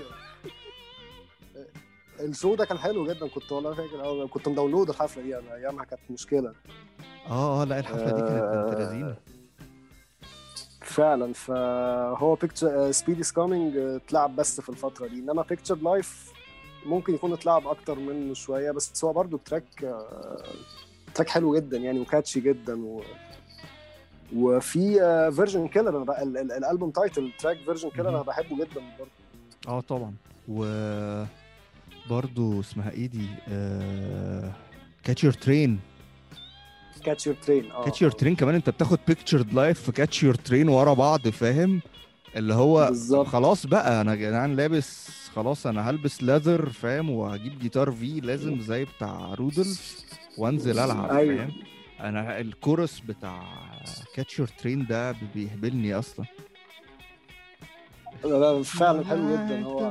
الشو ده كان حلو جدا، كنت والله فاكر أوي. كنت مداونلود الحفله دي انا ايامها، كانت مشكله. اه اه لا الحفله دي كانت بنت آه. لذينه فعلا. فهو بيكتشر سبيد از كامينج اتلعب بس في الفتره دي، انما بيكتشر لايف ممكن يكون اتلعب اكتر منه شويه، بس هو برضو تراك آه، تراك حلو جدا يعني وكاتشي جدا. و... وفي فيرجن كيلر انا بقى ال- ال- الالبوم تايتل تراك فيرجن كيلر انا بحبه جدا برضو. اه طبعا. و برضه اسمها ايه دي آه... كاتش يور ترين. كاتش يور ترين اه كاتش يور ترين كمان انت بتاخد بيكتشرد لايف في كاتش يور ترين ورا بعض فاهم، اللي هو بالظبط. خلاص بقى انا جدعان لابس خلاص انا هلبس ليذر فاهم وهجيب جيتار في لازم زي بتاع رودولف وانزل العب أيوة. فاهم. انا الكورس بتاع كاتش يور ترين ده بيهبلني اصلا. لا لا فعلا حلو جدا هو.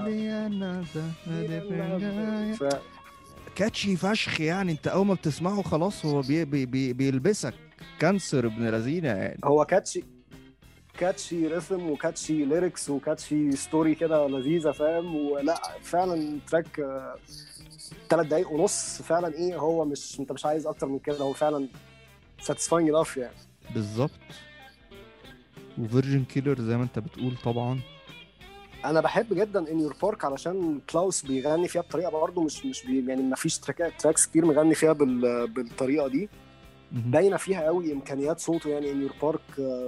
ف... كاتشي فشخ يعني، انت اول ما بتسمعه خلاص هو بي بي بي بيلبسك كانسر ابن لذينه يعني. هو كاتشي كاتشي ريثم وكاتشي ليركس وكاتشي ستوري كده لذيذه فاهم. ولا فعلا تراك آه، ثلاث دقايق ونص فعلا ايه، هو مش انت مش عايز اكتر من كده، هو فعلا ساتيسفاينج انف يعني. بالظبط. وفيرجن كيلر زي ما انت بتقول طبعا. انا بحب جدا ان يور بارك علشان كلاوس بيغني فيها بطريقه برضه مش مش بي يعني ما فيش تراكات تراكس كتير مغني فيها بال بالطريقه دي. مهم. باينه فيها قوي امكانيات صوته يعني ان يور بارك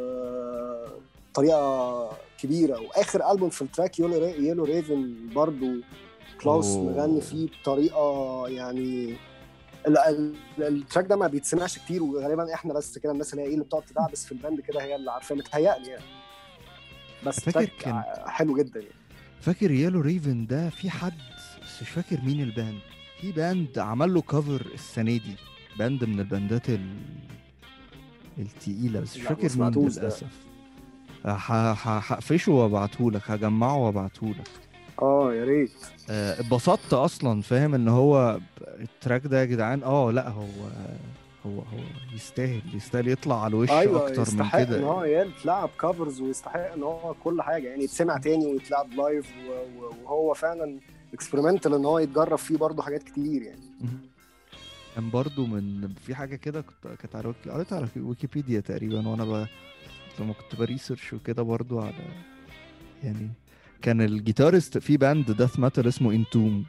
طريقه كبيره. واخر البوم في التراك يلو ري يلو ريفن برضه كلاوس أوه. مغني فيه بطريقه يعني ال- ال- التراك ده ما بيتسمعش كتير، وغالبا احنا بس كده الناس اللي هي ايه اللي بتقعد تدعبس في الباند كده هي اللي عارفاه متهيألي يعني. بس فاكر تراك كان- ع- حلو جدا يعني. فاكر يالو ريفن ده في حد بس مش فاكر مين الباند، في باند عمل له كفر السنه دي، باند من الباندات ال... التقيله بس مش لا، فاكر ما مين سمعتوش ده. للاسف. ه- ه- هقفشه وابعتهولك هجمعه وابعتهولك. اه يا ريت. آه، اتبسطت اصلا فاهم ان هو التراك ده يا جدعان اه لا هو هو هو يستاهل يستاهل يطلع على الوش ايوه اكتر من يستحق كده. ان هو يتلعب كفرز، ويستحق ان هو كل حاجه يعني يتسمع تاني ويتلعب لايف، و- و- وهو فعلا اكسبيرمنتال ان هو يتجرب فيه برضه حاجات كتير يعني. مهم. كان برضو من في حاجه كده كنت كانت على ويكي- قريتها على ويكيبيديا تقريبا وانا ب... لما كنت بريسيرش وكده برضو على يعني كان الجيتارست في باند داث ماتر اسمه انتومد.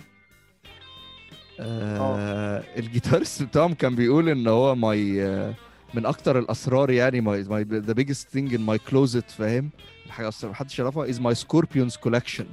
آه الجيتارست بتاعهم كان بيقول ان هو ماي آه من اكتر الاسرار يعني ماي ماي ذا بيجست ثينج ان ماي كلوزت فاهم، الحاجه اصلا محدش يعرفها از ماي سكوربيونز كولكشن.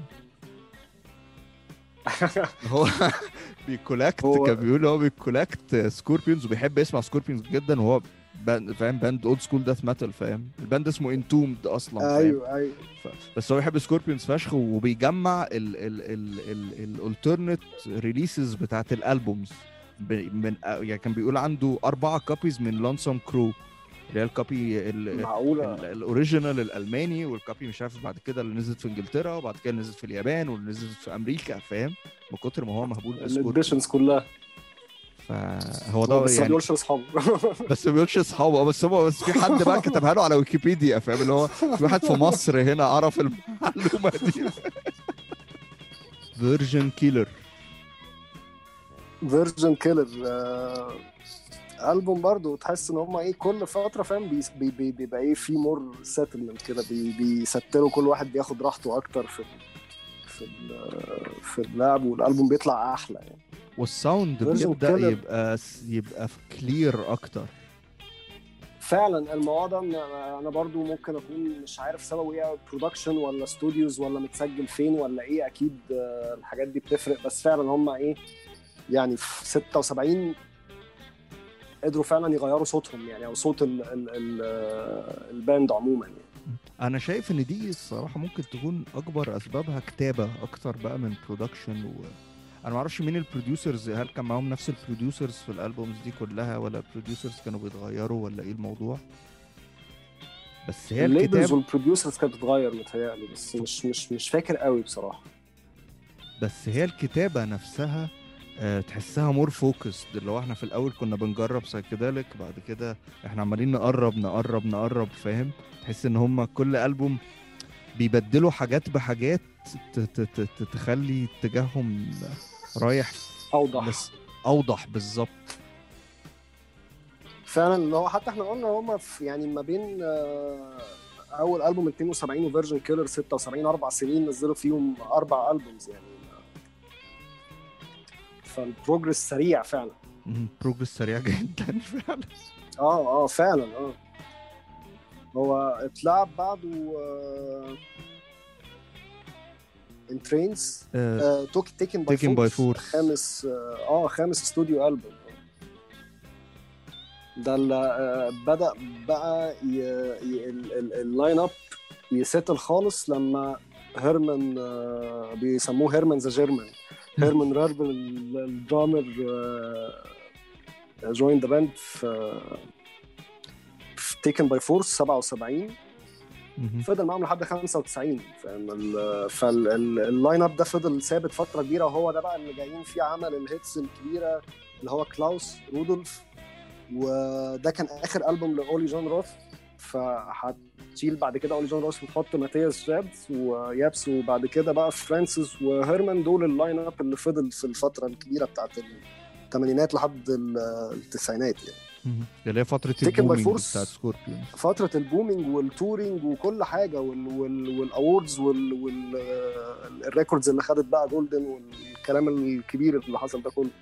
هو بيكولكت هو- كان بيقول هو بيكولكت سكوربيونز وبيحب يسمع سكوربيونز جدا، وهو باند فاهم باند اولد سكول داث ميتال فاهم، الباند اسمه انتومد اصلا فاهم. ايوه ايوه ف... بس هو بيحب سكوربيونز فشخ وبيجمع ال ال ال ال الالترنت ريليسز بتاعت الالبومز ب... من يعني كان بيقول عنده اربعه كوبيز من لونسوم كرو اللي هي الكوبي ال- معقوله ال- الاوريجينال الالماني، والكوبي مش عارف بعد كده اللي نزلت في انجلترا، وبعد كده نزلت في اليابان، واللي نزلت في امريكا، فاهم؟ من كتر ما هو مهبول بسكوربيون. الاديشنز كلها. فهو هو ده بس ما يعني، بيقولش لاصحابه. بس ما بيقولش اصحابه. بس هو بس في حد بقى كتبها له على ويكيبيديا، فاهم؟ اللي هو في واحد في مصر هنا عرف المعلومه دي. فيرجن كيلر. فيرجن كيلر ألبوم برضو تحس ان هم ايه كل فتره فاهم بي- بي- بي- بيبقى ايه في مور سيتلمنت كده، بي- بيستروا كل واحد بياخد راحته اكتر في ال- في ال- في اللعب، والالبوم بيطلع احلى يعني. والساوند Virgin بيبدا Killer. يبقى يبقى كلير اكتر. فعلا الموضوع ده انا أنا برضو ممكن اكون مش عارف سببه ايه، برودكشن ولا استوديوز ولا متسجل فين ولا ايه، اكيد آه، الحاجات دي بتفرق، بس فعلا هم ايه يعني في ستة وسبعين قدروا فعلا يغيروا صوتهم يعني، او صوت ال ال ال الباند عموما يعني. انا شايف ان دي الصراحه ممكن تكون اكبر اسبابها كتابه اكتر بقى من برودكشن. و... انا ما اعرفش مين البروديوسرز، هل كان معاهم نفس البروديوسرز في الالبومز دي كلها، ولا البروديوسرز كانوا بيتغيروا، ولا ايه الموضوع؟ بس هي الليبلز الكتاب والبروديوسرز كانت بتتغير متهيألي، بس مش مش مش فاكر قوي بصراحه. بس هي الكتابه نفسها أه تحسها مور فوكسد. اللي هو احنا في الاول كنا بنجرب سايكيديليك، بعد كده احنا عمالين نقرب نقرب نقرب، فاهم؟ تحس ان هم كل ألبوم بيبدلوا حاجات بحاجات ت- ت- ت- ت- تخلي اتجاههم رايح اوضح بس اوضح بالظبط. فعلا. اللي هو حتى احنا قلنا هما في يعني ما بين آه، اول البوم اتنين وسبعين وفيرجن كيلر ستة وسبعين، اربع سنين نزلوا فيهم اربع البومز يعني، فالبروجرس سريع فعلا. بروجرس سريع جدا فعلا. اه اه فعلا. اه هو اتلعب بعده ان ترينز توك تيكن باي Taken by Force. خامس اه آه، خامس استوديو البوم. ده اللي آه، بدأ بقى ي- ي- ال- ال- اللاين اب يسيتل خالص لما هيرمان آه، بيسموه هيرمان ذا جيرمان، هيرمان راربل الدرامر جوين ذا باند في في تيكن باي فورس سبعة وسبعين، مهم. فضل معاهم لحد خمسة وتسعين. فاهم ال- فاللاين اب ده فضل ثابت فتره كبيره، وهو ده بقى اللي جايين فيه عمل الهيتس الكبيره اللي هو كلاوس رودولف، وده كان اخر البوم لاولي جون روث. فهتشيل بعد كده اولي جون روث وتحط ماتياس شابس ويابس، وبعد كده بقى فرانسيس وهيرمان. دول اللاين اب اللي فضل في الفتره الكبيره بتاعت الثمانينات لحد ال- التسعينات يعني. مهم. اللي هي فترة Taken by البومينج Force. بتاعت سكوربيون. فتره البومينج والتورينج وكل حاجه وال وال والاووردز وال والريكوردز اللي خدت بقى جولدن والكلام الكبير اللي حصل ده كله.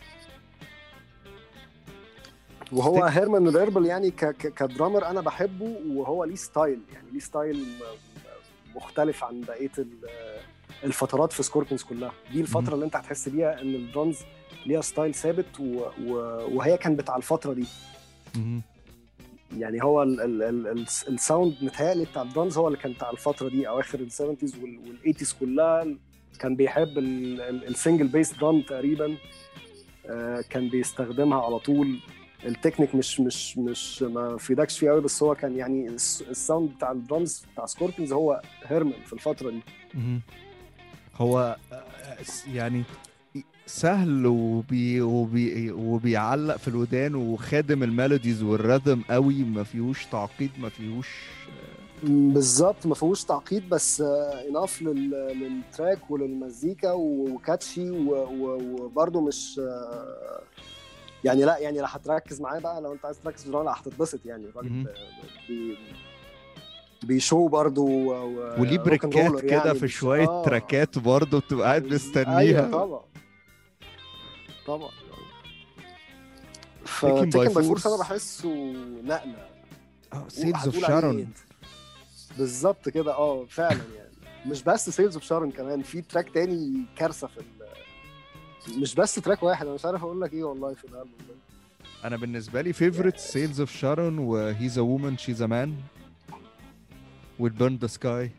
وهو هيرمان ريربل يعني ك ك كدرامر انا بحبه، وهو ليه ستايل يعني ليه ستايل مختلف عن بقيه ال- الفترات في سكوربيونز كلها. دي الفتره مم. اللي انت هتحس بيها ان الدرامز ليها ستايل ثابت، و... و... وهي كان بتاع الفتره دي مهم. يعني يعني. هو ال... ال... ال... ال- الساوند متهيألي بتاع الدرامز هو اللي كان بتاع الفتره دي، اواخر السبعينز والايتيز كلها. كان بيحب ال... ال... السنجل بيس درام تقريبا، آه، كان بيستخدمها على طول. التكنيك مش مش مش ما فيدكش فيه قوي، بس هو كان يعني الس- الساوند بتاع الدرامز بتاع سكوربيونز هو هيرمان في الفتره دي. مهم. هو آه، يعني سهل وبي وبي وبيعلق في الودان، وخادم الميلوديز والرhythm قوي، ما فيهوش تعقيد، ما فيهوش بالظبط ما فيهوش تعقيد، بس اناف للتراك وللمزيكا وكاتشي، وبرده مش آه، يعني لا يعني لا هتركز معاه بقى، لو انت عايز تركز في الدراما لا هتتبسط يعني. مهم. الراجل بي بيشو برضه وليه بريكات كده في شوية آه. تراكات برضه بتبقى قاعد ايوه مستنيها. طبعا طبعا. Taken by فتيكن باي Force. فورس انا بحسه نقله. سيلز اوف هتقول عليه إيه؟ شارون. بالظبط كده اه فعلا يعني. مش بس سيلز اوف شارون، كمان في تراك تاني كارثه في ال... مش بس تراك واحد، انا مش عارف اقول لك ايه والله في الالبوم ده. انا بالنسبه لي فيفورت سيلز اوف شارون وهيز ا وومن شيز ا مان وبيرن ذا سكاي.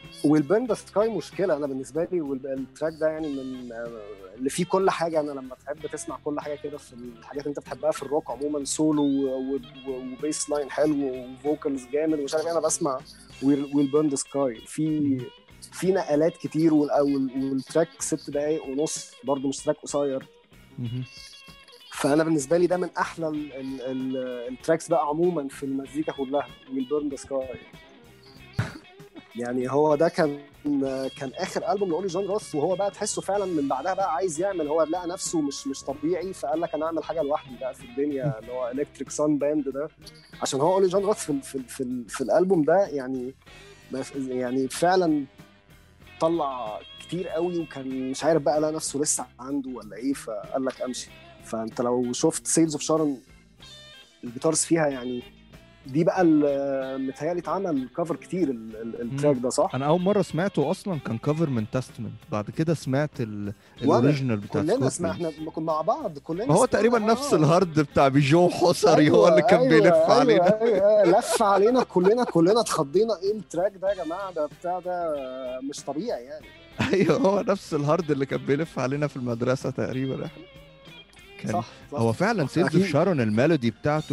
والبند ذا سكاي مشكله انا بالنسبه لي، والتراك ده يعني من اللي فيه كل حاجه. انا لما تحب تسمع كل حاجه كده في الحاجات اللي انت بتحبها في الروك عموما، سولو وبيس لاين حلو وفوكالز جامد ومش عارف، انا بسمع والبند سكاي في في نقلات كتير، والتراك ست دقايق ونص برضو مش تراك قصير. فانا بالنسبه لي ده من احلى التراكس بقى عموما في المزيكا كلها، والبند سكاي. يعني هو ده كان كان اخر البوم لاولي جون روث، وهو بقى تحسه فعلا من بعدها بقى عايز يعمل، هو لقى نفسه مش مش طبيعي، فقال لك انا اعمل حاجه لوحدي بقى في الدنيا اللي هو الكتريك سان باند ده. عشان هو اولي جون روث في في في, في الالبوم ده يعني يعني فعلا طلع كتير قوي، وكان مش عارف بقى لا نفسه لسه عنده ولا ايه، فقال لك امشي. فانت لو شفت سيلز اوف شارون الجيتارز فيها يعني دي بقى متهيألي اتعمل كفر كتير التراك ده، صح؟ انا اول مره سمعته اصلا كان كفر من تستمنت، بعد كده سمعت الاوريجينال بتاع كلنا سمعنا، احنا كنا مع بعض كلنا. هو تقريبا آه. نفس الهارد بتاع بيجو حصري. أيوة هو اللي كان أيوة بيلف أيوة علينا. أيوة أيوة لف علينا كلنا كلنا اتخضينا، ايه التراك ده يا جماعه؟ ده بتاع ده مش طبيعي يعني. ايوه هو نفس الهارد اللي كان بيلف علينا في المدرسه تقريبا احنا. كان صح, صح هو فعلا سيلز اوف شارون الميلودي بتاعته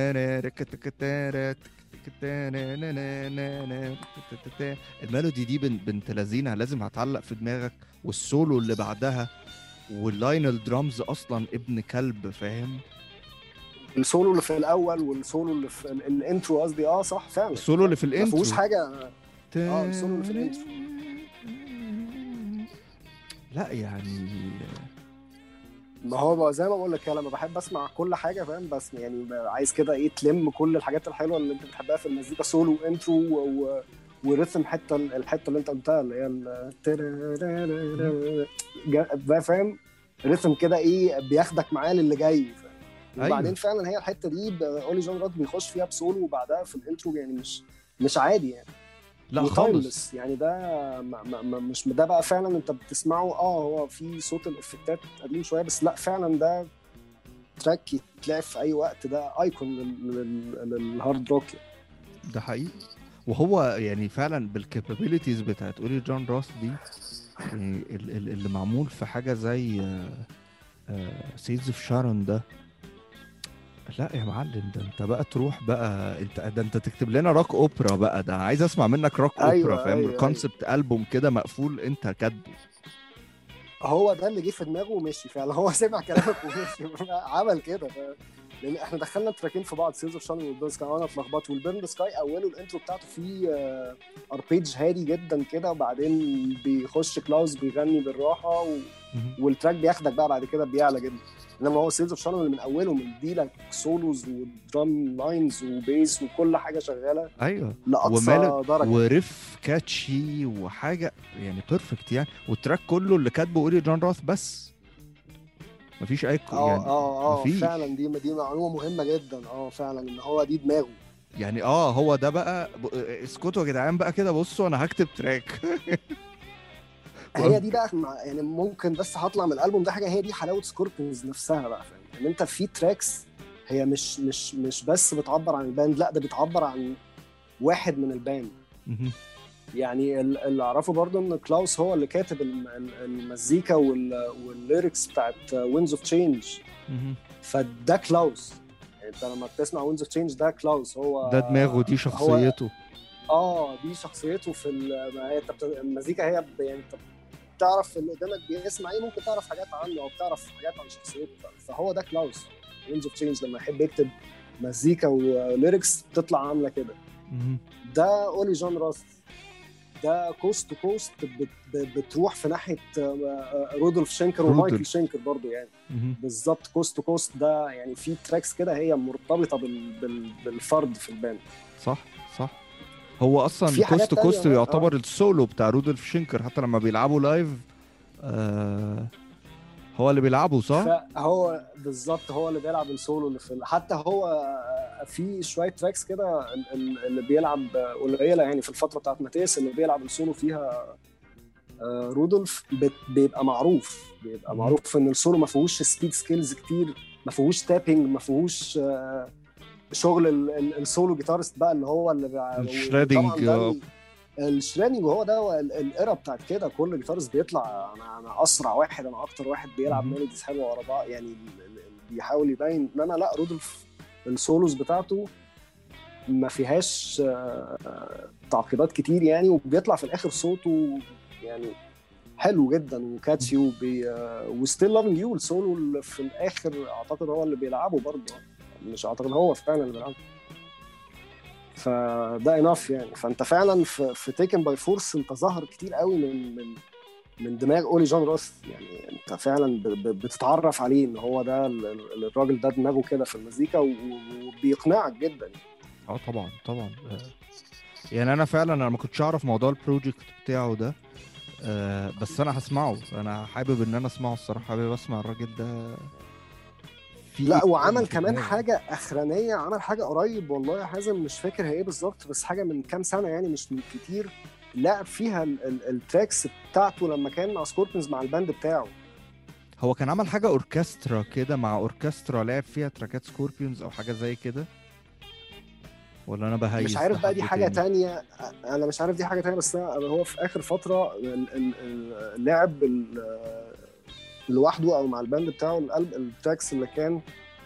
الميلودي دي بنت لذينه لازم هتعلق في دماغك، والسولو اللي بعدها واللاين الدرامز اصلا ابن كلب، فاهم؟ السولو اللي في الاول والسولو اللي في الانترو قصدي. اه صح فعلا السولو اللي في الانترو ما فيهوش حاجه. اه السولو اللي في الانترو لا يعني ما هو زي ما بقول لك لما بحب اسمع كل حاجه فاهم، بس يعني عايز كده ايه تلم كل الحاجات الحلوه اللي انت بتحبها في المزيكا، سولو انترو و... وريثم حته الحته اللي انت قلتها اللي هي ال فاهم، ريثم كده ايه بياخدك معاه للي جاي. وبعدين أيوه. فعلا هي الحته دي اولي جون روث بيخش فيها بسولو، وبعدها في الانترو يعني مش مش عادي يعني، لا خالص يعني. ده ما ما مش ده بقى فعلا انت بتسمعه اه هو في صوت الافكتات قديم شويه، بس لا فعلا ده تراك يتلعب في اي وقت، ده ايكون للهارد روك. ده حقيقي، وهو يعني فعلا بالكابابيلتيز بتاعت اولي جون روث دي يعني اللي معمول في حاجه زي سيلز اوف شارون ده. لا يا معلم، ده انت بقى تروح بقى انت ده انت تكتب لنا روك اوبرا بقى، ده عايز اسمع منك روك أيوة اوبرا فاهم. أيوة الكونسبت أيوة. ألبوم كده مقفول انت كاتبه. هو ده اللي جه في دماغه ومشي فعلا، هو سمع كلامك ومشي عمل كده. لان احنا دخلنا تراكين في بعض، سيلز اوف شارون والبيرن سكاي، وانا اتلخبطت. والبيرن سكاي اوله الانترو بتاعته فيه اربيج هادي جدا كده، وبعدين بيخش كلاوز بيغني بالراحه و... والتراك بياخدك بقى بعد كده بيعلى جدا. انما هو سيلز اوف شارون اللي من اوله مديلك سولوز ودرام لاينز وبيس وكل حاجه شغاله. ايوه لاقصى درجه، وريف كاتشي وحاجه يعني بيرفكت يعني. والتراك كله اللي كاتبه اولي جون روث بس، مفيش اي اه يعني اه اه فعلا دي دي معلومه مهمه جدا. اه فعلا ان هو دي دماغه يعني. اه هو ده بقى ب... اسكتوا يا جدعان بقى كده، بصوا انا هكتب تراك. هي دي بقى يعني ممكن بس هطلع من الالبوم ده حاجه، هي دي حلاوه سكوربيونز نفسها بقى، فاهم ان انت في تراكس هي مش مش مش بس بتعبر عن الباند، لا ده بتعبر عن واحد من الباند. يعني اللي اعرفه برضو ان كلاوس هو اللي كاتب المزيكا والليركس بتاعت وينز اوف تشينج، فده كلاوس. يعني انت لما بتسمع وينز اوف تشينج ده كلاوس، هو ده دماغه، دي شخصيته. اه دي شخصيته في المزيكا. هي يعني انت تعرف اللي قدامك بيسمع ايه، ممكن تعرف حاجات عنه او تعرف حاجات عن شخصيته. فهو ده كلاوس وينز اوف تشينج، لما يحب يكتب مزيكا وليركس تطلع عامله كده. ده اولي جون روث، ده كوست تو كوست بتروح في ناحيه رودولف شينكر ومايكل شينكر برضو يعني. بالظبط كوست تو كوست ده يعني في تراكس كده هي مرتبطه بالفرد في الباند. صح صح. هو اصلا كوست تو كوست يعتبر آه. السولو بتاع رودولف شينكر، حتى لما بيلعبوا لايف آه هو اللي بيلعبه صح. هو بالظبط هو اللي بيلعب السولو اللي في، حتى هو في شويه تراكس كده اللي بيلعب قليله يعني في الفتره بتاعت ماتيس اللي بيلعب السولو فيها رودولف بيبقى معروف بيبقى معروف ان السولو ما فيهوش سبيد سكيلز كتير، ما فيهوش تابينج، ما فيهوش شغل السولو جيتارست بقى اللي هو اللي الشريدنج. الشريننج هو ده ال- الايرا بتاعت كده، كل جيتارز بيطلع انا انا اسرع واحد، انا اكتر واحد بيلعب مهم. ميلوديز حلوه ورا بعض يعني، ال- ال- ال- بيحاول يبين ان انا لا، رودولف السولوز بتاعته ما فيهاش آه، آه، تعقيدات كتير يعني، وبيطلع في الاخر صوته يعني حلو جدا وكاتشي وبي وستيل لافينج يو السولو اللي في الاخر اعتقد هو اللي بيلعبه برضه، مش اعتقد هو فعلا اللي بيلعبه، فده اناف يعني. فانت فعلا في في تيكن باي فورس انت ظهر كتير قوي من من من دماغ اولي جون روث يعني، انت فعلا ب- ب- بتتعرف عليه ان هو ده ال- ال- الراجل ده دماغه كده في المزيكا، و- وبيقنعك جدا. اه طبعا طبعا. آه، يعني انا فعلا انا ما كنتش اعرف موضوع البروجكت بتاعه ده. آه بس انا هسمعه، انا حابب ان انا اسمعه الصراحه، حابب اسمع الراجل ده في ايه لا تاني وعمل في كمان دماغه. حاجة أخرانية، عمل حاجة قريب والله يا حازم، مش فاكر هي ايه بالظبط، بس حاجة من كام سنة يعني، مش من كتير، لعب فيها ال- ال- التراكس بتاعته لما كان مع سكوربيونز مع الباند بتاعه. هو كان عمل حاجه اوركسترا كده مع اوركسترا لعب فيها تراكات سكوربيونز او حاجه زي كده، ولا انا بهيس مش ده عارف بقى دي حد حاجة تاني؟ تانية، أنا مش عارف دي حاجة تانية، بس أنا هو في آخر فترة ال- ال- ال- لعب ال- لوحده أو مع الباند بتاعه الألب التراكس اللي كان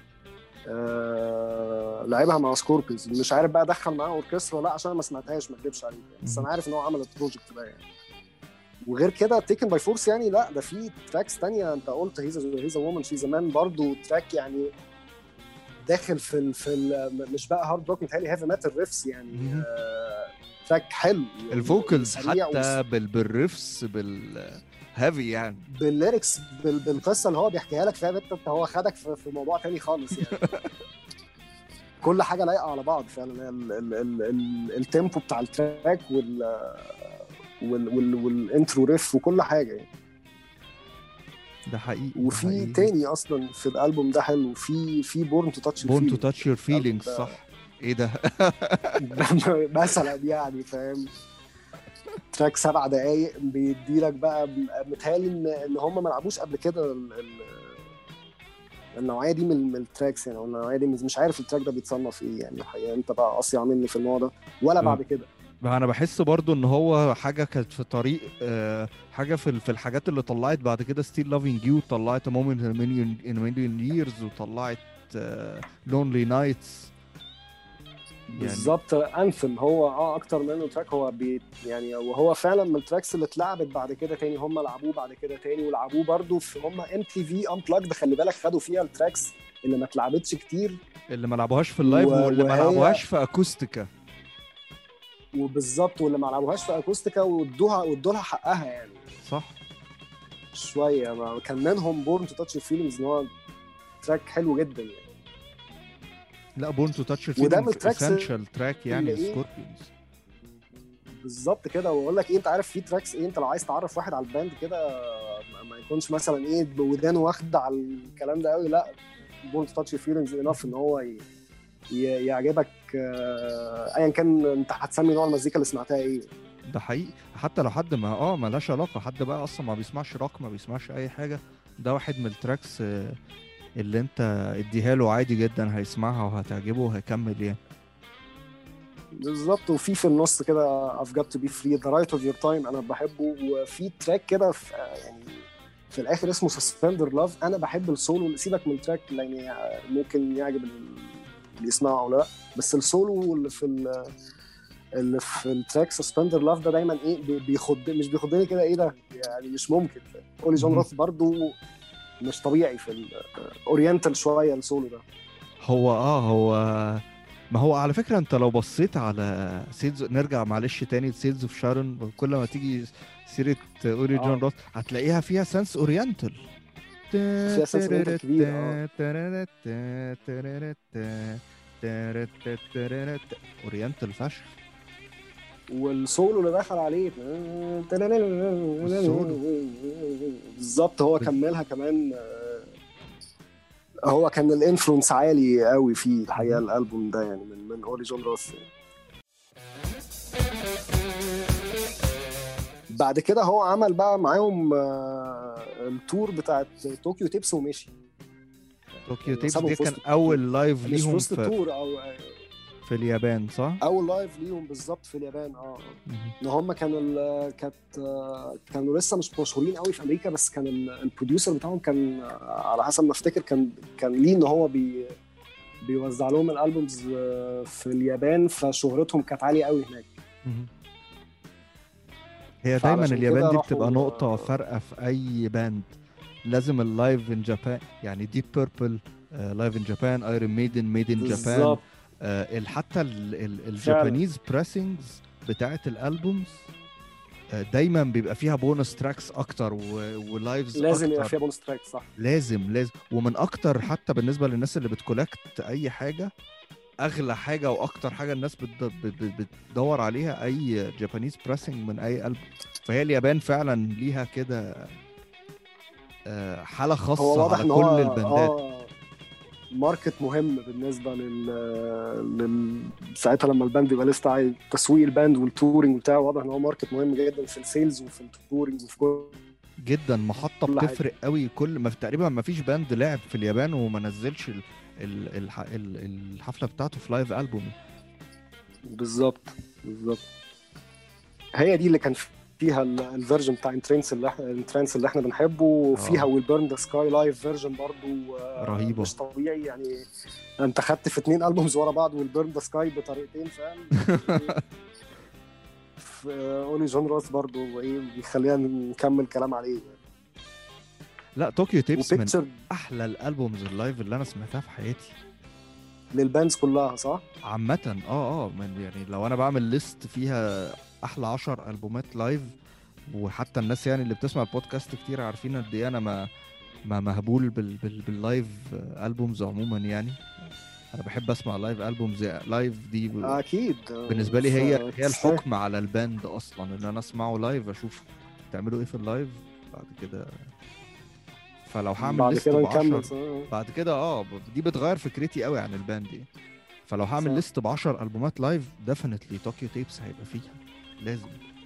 آه لعبها مع سكوربيونز، مش عارف بقى دخل معاه اوركسترا ولا لا، عشان أنا ما سمعتهاش ما اكذبش عليك يعني. بس مهم. انا عارف ان هو عمل البروجكت ده يعني. وغير كده تيكن باي فورس يعني، لا ده في تراكس تانية، انت قلت هيز هيز وومن شيز مان برضه تراك يعني داخل في ال في ال مش بقى هارد روك، متهيألي هيفي ميتال ريفس يعني، مهم. آه تراك حلو يعني، الفوكلز سريع حتى بال بالريفس بالهافي يعني. بالليركس بال بالقصه اللي هو بيحكيها لك، فاهم انت، هو خدك في, في موضوع تاني خالص يعني. كل حاجه لايقه على بعض فعلا، ال ال ال ال التيمبو بتاع التراك وال وال وال والانترو ريف وكل حاجه يعني. ده حقيقي ده وفي حقيقي. تاني اصلا في الالبوم ده حلو، في في بورن تو تاتش بون تو تاتش يور فيلينجز، صح؟ ايه ده؟ مثلا يعني فاهم، تراك سبع دقايق بيديلك بقى، متهيألي ان ان هم ما لعبوش قبل كده ال- ال- النوعيه دي من من التراكس يعني، او النوعيه دي من- مش عارف التراك ده بيتصنف ايه يعني الحقيقه، انت بقى اصيع مني في الموضوع ده ولا بعد كده. ما انا بحس برضو ان هو حاجه كانت في طريق آه، حاجه في ال- في الحاجات اللي طلعت بعد كده ستيل لافينج يو، طلعت مومنت ان مليون ان مليون ييرز، وطلعت لونلي نايتس يعني. بالظبط، انثم هو اه اكتر منه تراك، هو بي يعني، وهو فعلا من التراكس اللي اتلعبت بعد كده تاني، هم لعبوه بعد كده تاني، ولعبوه برضو في هم ام تي في امبلاجد، خلي بالك خدوا فيها التراكس اللي ما اتلعبتش كتير، اللي ما لعبوهاش في اللايف، و- واللي ما وهي- لعبوهاش في اكوستيكا. وبالظبط، واللي ما لعبوهاش في اكوستيكا وادوها وادوا لها حقها يعني صح. شويه. ما كان منهم بورن تو تاتش فيلينجز، ان هو تراك حلو جدا يعني. لا بون تو تاتش وده من فيلينجز التراكس اسينشال تراك يعني اللي إيه؟ سكوربيونز. بالظبط كده، واقول لك ايه، انت عارف في تراكس ايه، انت لو عايز تعرف واحد على الباند كده ما- ما يكونش مثلا ايه بودانه واخد على الكلام ده قوي، لا بورن تو تاتش فيلينجز انف ان هو ي... ي... يعجبك آه، ايا كان انت هتسمي نوع المزيكا اللي سمعتها ايه. ده حقيقي، حتى لو حد ما اه مالهاش علاقه، حد بقى اصلا ما بيسمعش روك، ما بيسمعش اي حاجه، ده واحد من التراكس آه، اللي انت اديها له عادي جدا هيسمعها وهتعجبه وهيكمل يعني. بالظبط. وفي في النص كده I've got to be free the right of your time انا بحبه، وفي تراك كده في يعني في الاخر اسمه suspender love، انا بحب السولو، سيبك من التراك يعني ممكن يعجب اللي يسمعه او لا، بس السولو اللي في ال- اللي في التراك suspender love ده دايما ايه بي- بيخد مش بيخدني كده، ايه ده يعني مش ممكن. اولي جون مهم. روث برضو مش طبيعي في الاورينتال شويه السولو ده. هو اه هو ما هو على فكره انت لو بصيت على سيلز، نرجع معلش تاني لسيلز اوف شارون، كل ما تيجي سيره اولي آه. جون روث هتلاقيها فيها سنس اورينتال، فيها sense oriental كبير، آه. اورينتال فشخ. والسولو اللي دخل عليه والسولو. بالظبط، هو كملها كمان آه، هو كان الانفلونس عالي قوي فيه الحقيقه مهم. الالبوم ده يعني، من من اولي جون روث يعني. بعد كده هو عمل بقى معاهم آه، التور بتاعت طوكيو تيبس ومشي. طوكيو تيبس سابهم دي في كان وسط اول لايف مش في ليهم وسط في التور او في اليابان صح؟ اول لايف ليهم بالظبط في اليابان. اه مهم. ان هم كانوا ال- كانت آه، كانوا لسه مش مشهورين قوي في امريكا، بس كان ال- البروديوسر بتاعهم كان آه، على حسب ما افتكر كان كان ليه ان هو بي بيوزع لهم الالبومز آه، في اليابان، فشهرتهم كانت عاليه قوي هناك. مهم. هي دايما فعلشان اليابان كده دي راحوا- بتبقى نقطة فارقة في أي باند. لازم اللايف ان جابان، يعني ديب بيربل لايف ان جابان، ايرون ميدن ميد ان جابان، بالظبط. حتى ال- ال- فعلا. الجابانيز بريسنجز بتاعت الالبومز آه، دايما بيبقى فيها بونس تراكس اكتر و- ولايفز لازم يبقى اكتر. فيها بونس تراك، صح. لازم لازم ومن اكتر، حتى بالنسبه للناس اللي بتكولكت اي حاجه، اغلى حاجه واكتر حاجه الناس بتد- بت- بت- بتدور عليها اي جابانيز بريسنج من اي ألبوم. فهي اليابان فعلا ليها كده آه، حاله هو خاصه واضح على ان كل هو الباندات. اه ماركت مهم بالنسبه لل, لل... ساعتها لما الباند يبقى لسه عايز تسويق الباند والتورنج بتاعه، واضح ان هو ماركت مهم جدا في السيلز وفي التورنج وفي كل جدا محطه كل حاجة. بتفرق قوي. كل ما تقريبا ما فيش باند لعب في اليابان وما نزلش ال... ال... الح... ال... الحفله بتاعته في لايف ألبوم. بالظبط بالظبط. هي دي اللي كان فيها ال- الفيرجن بتاع انترنس اللي احنا انترنس اللي احنا بنحبه، وفيها آه. ويل بيرن ذا سكاي لايف فيرجن برضو آه، رهيبة. مش طبيعي يعني. انت خدت في اتنين البومز ورا بعض ويل بيرن ذا سكاي بطريقتين، فاهم؟ في اولي جون روث برضو ايه بيخلينا نكمل كلام عليه. لا طوكيو تيبس من وبيكتشر احلى الالبومز اللايف اللي انا سمعتها في حياتي للباندز كلها، صح؟ عامة. اه اه من يعني لو انا بعمل ليست فيها احلى عشر البومات لايف، وحتى الناس يعني اللي بتسمع البودكاست كتير عارفين قد ايه انا ما ما مهبول بال بال باللايف البومز عموما. يعني انا بحب اسمع لايف البومز. لايف دي ب... اكيد بالنسبه لي هي ف- هي الحكم على الباند اصلا، ان انا اسمعه لايف، اشوف تعملوا ايه في اللايف بعد كده. فلو هعمل بعد ليست كده بعشر نكمل صح. بعد كده اه ب- دي بتغير فكرتي قوي عن الباند دي. فلو هعمل صح. ليست ب عشر البومات لايف ديفينتلي طوكيو تيبس هيبقى فيها لازم.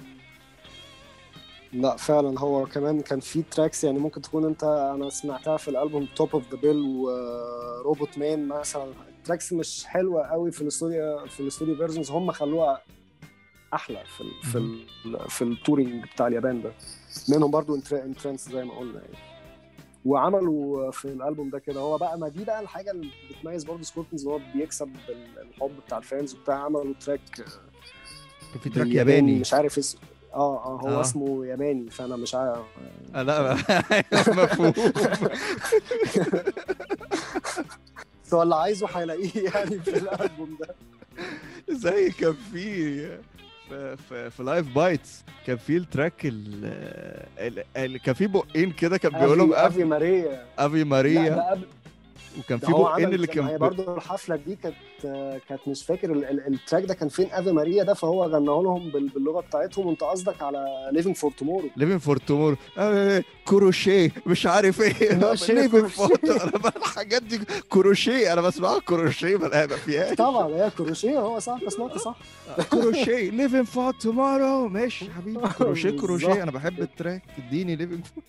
لا فعلا هو كمان كان في تراكس يعني ممكن تكون انت انا سمعتها في الالبوم توب اوف ذا بيل وروبوت مان مثلا، تراكس مش حلوه قوي في الاستوديو في الاستوديو فيرجنز، هم خلوها احلى في ال في ال في التورينج بتاع اليابان ده. منهم برضو انترنس زي ما قلنا يعني. وعملوا في الالبوم ده كده، هو بقى ما دي بقى الحاجه اللي بتميز برضو سكوربيونز، هو بيكسب الحب بتاع الفانز وبتاع. عملوا تراك كان في تراك بالياباني، ياباني مش عارف اسمه. اه اه هو آه. آه. اسمه ياباني، فانا مش عارف. آه لا مفهوم. بس هو اللي عايزه هيلاقيه يعني في الالبوم ده. زي كان في في في, في لايف بايتس كان في التراك ال ال- ال- كان في بقين كده كان بيقولهم افي افي افي ماريا. افي لا ماريا، ده قبل، وكان ده في هو بقين عمل اللي كان كان هي ب... برضه الحفله دي كانت كانت مش فاكر ال- ال- التراك ده كان فين افي ماريا ده، فهو غناه لهم بال- باللغه بتاعتهم. وانت قصدك على ليفينج فور تومورو. ليفين فور تومور كروشيه مش عارف ايه كروشيه، ليفين فور كروشيه. انا بقى الحاجات دي كروشيه انا بسمعها كروشيه ما لا فيها طبعا هي كروشيه، هو صح، انت سمعت صح. كروشيه ليفين فور تومورو ماشي يا حبيبي كروشيه كروشيه بالظبط. انا بحب التراك اديني ليفين فور.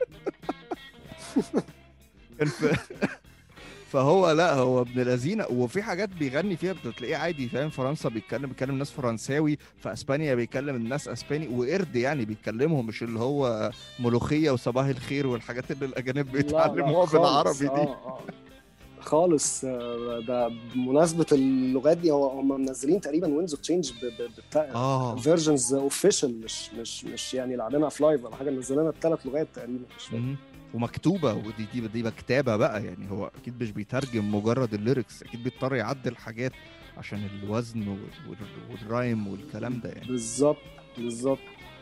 كان في فهو لا هو ابن لذينه. وفي حاجات بيغني فيها بتلاقيه عادي فاهم، فرنسا بيتكلم بيتكلم ناس فرنساوي، في اسبانيا بيكلم الناس اسباني وقرد يعني بيتكلمهم، مش اللي هو ملوخيه وصباح الخير والحاجات اللي الاجانب لا، لا، بيتعلموها خالص. بالعربي دي. آه، آه. خالص. آه، ده بمناسبة اللغات دي، هو هم منزلين تقريبا وينز اوف تشينج بتاع اه فيرجنز اوفيشال، مش مش مش يعني لعبنا في لايف ولا حاجه، منزلينها بثلاث لغات تقريبا، مش فاكر. مهم. ومكتوبه، ودي دي دي مكتابه بقى يعني، هو اكيد مش بيترجم مجرد الليركس، اكيد بيضطر يعدل حاجات عشان الوزن وال- وال- والرايم والكلام ده يعني. بالظبط بالظبط.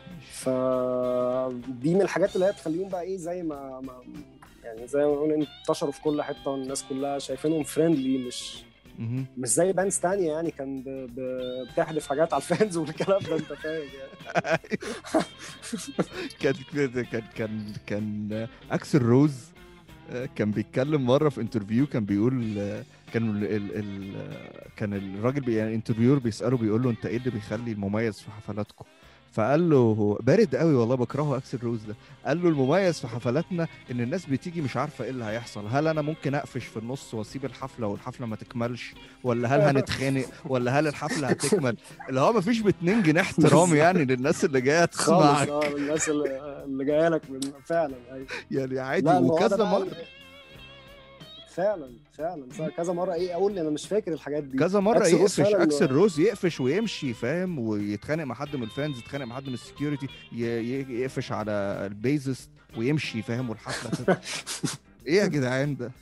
فدي من الحاجات اللي هي تخليهم بقى ايه زي ما, ما يعني زي ما نقول انتشروا في كل حته، والناس كلها شايفينهم فريندلي، مش مهم. مش زي باندز تانية يعني كان ب... ب... بتحدف حاجات على الفانز والكلام ده، انت فاهم يعني. كان كان كان كان اكسل روز آه، كان بيتكلم مره في انترفيو، كان بيقول آه، كان ال ال ال كان الراجل بي يعني انترفيور بيساله بيقول له انت ايه اللي بيخلي المميز في حفلاتكم؟ فقال له هو بارد قوي والله بكرهه اكسل روز ده. قال له المميز في حفلاتنا ان الناس بتيجي مش عارفه ايه اللي هيحصل، هل انا ممكن اقفش في النص واسيب الحفله والحفله ما تكملش، ولا هل هنتخانق، ولا هل الحفله هتكمل. اللي هو مفيش باتنين جنيه احترام يعني للناس اللي جايه خالص. تسمعك. اه الناس اللي, اللي جايه لك من فعلا. ايوه يعني عادي. لا الموضوع ده وكذا بقى مره فعلا فعلا فعلا كذا مره ايه اقول انا مش فاكر الحاجات دي. كذا مره أكسل روز يقفش فعلاً- اكسل روز يقفش ويمشي فاهم، ويتخانق مع حد من الفانز، يتخانق مع حد من السكيورتي، ي- ي- يقفش على البيزست ويمشي فاهم، والحفله تت... ايه يا جدعان ده.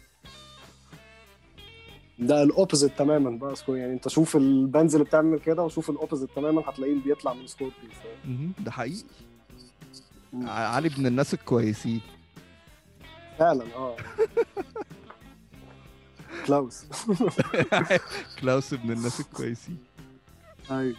ده الاوبوزيت تماما بقى سكور. يعني انت شوف البانز اللي بتعمل كده وشوف الاوبوزيت تماما هتلاقيه بيطلع من سكوربيون. مهم. ده حقيقي. مم. ع- علي من الناس الكويسين. فعلا اه كلاوس. كلاوس من الناس الكويسين. ايوه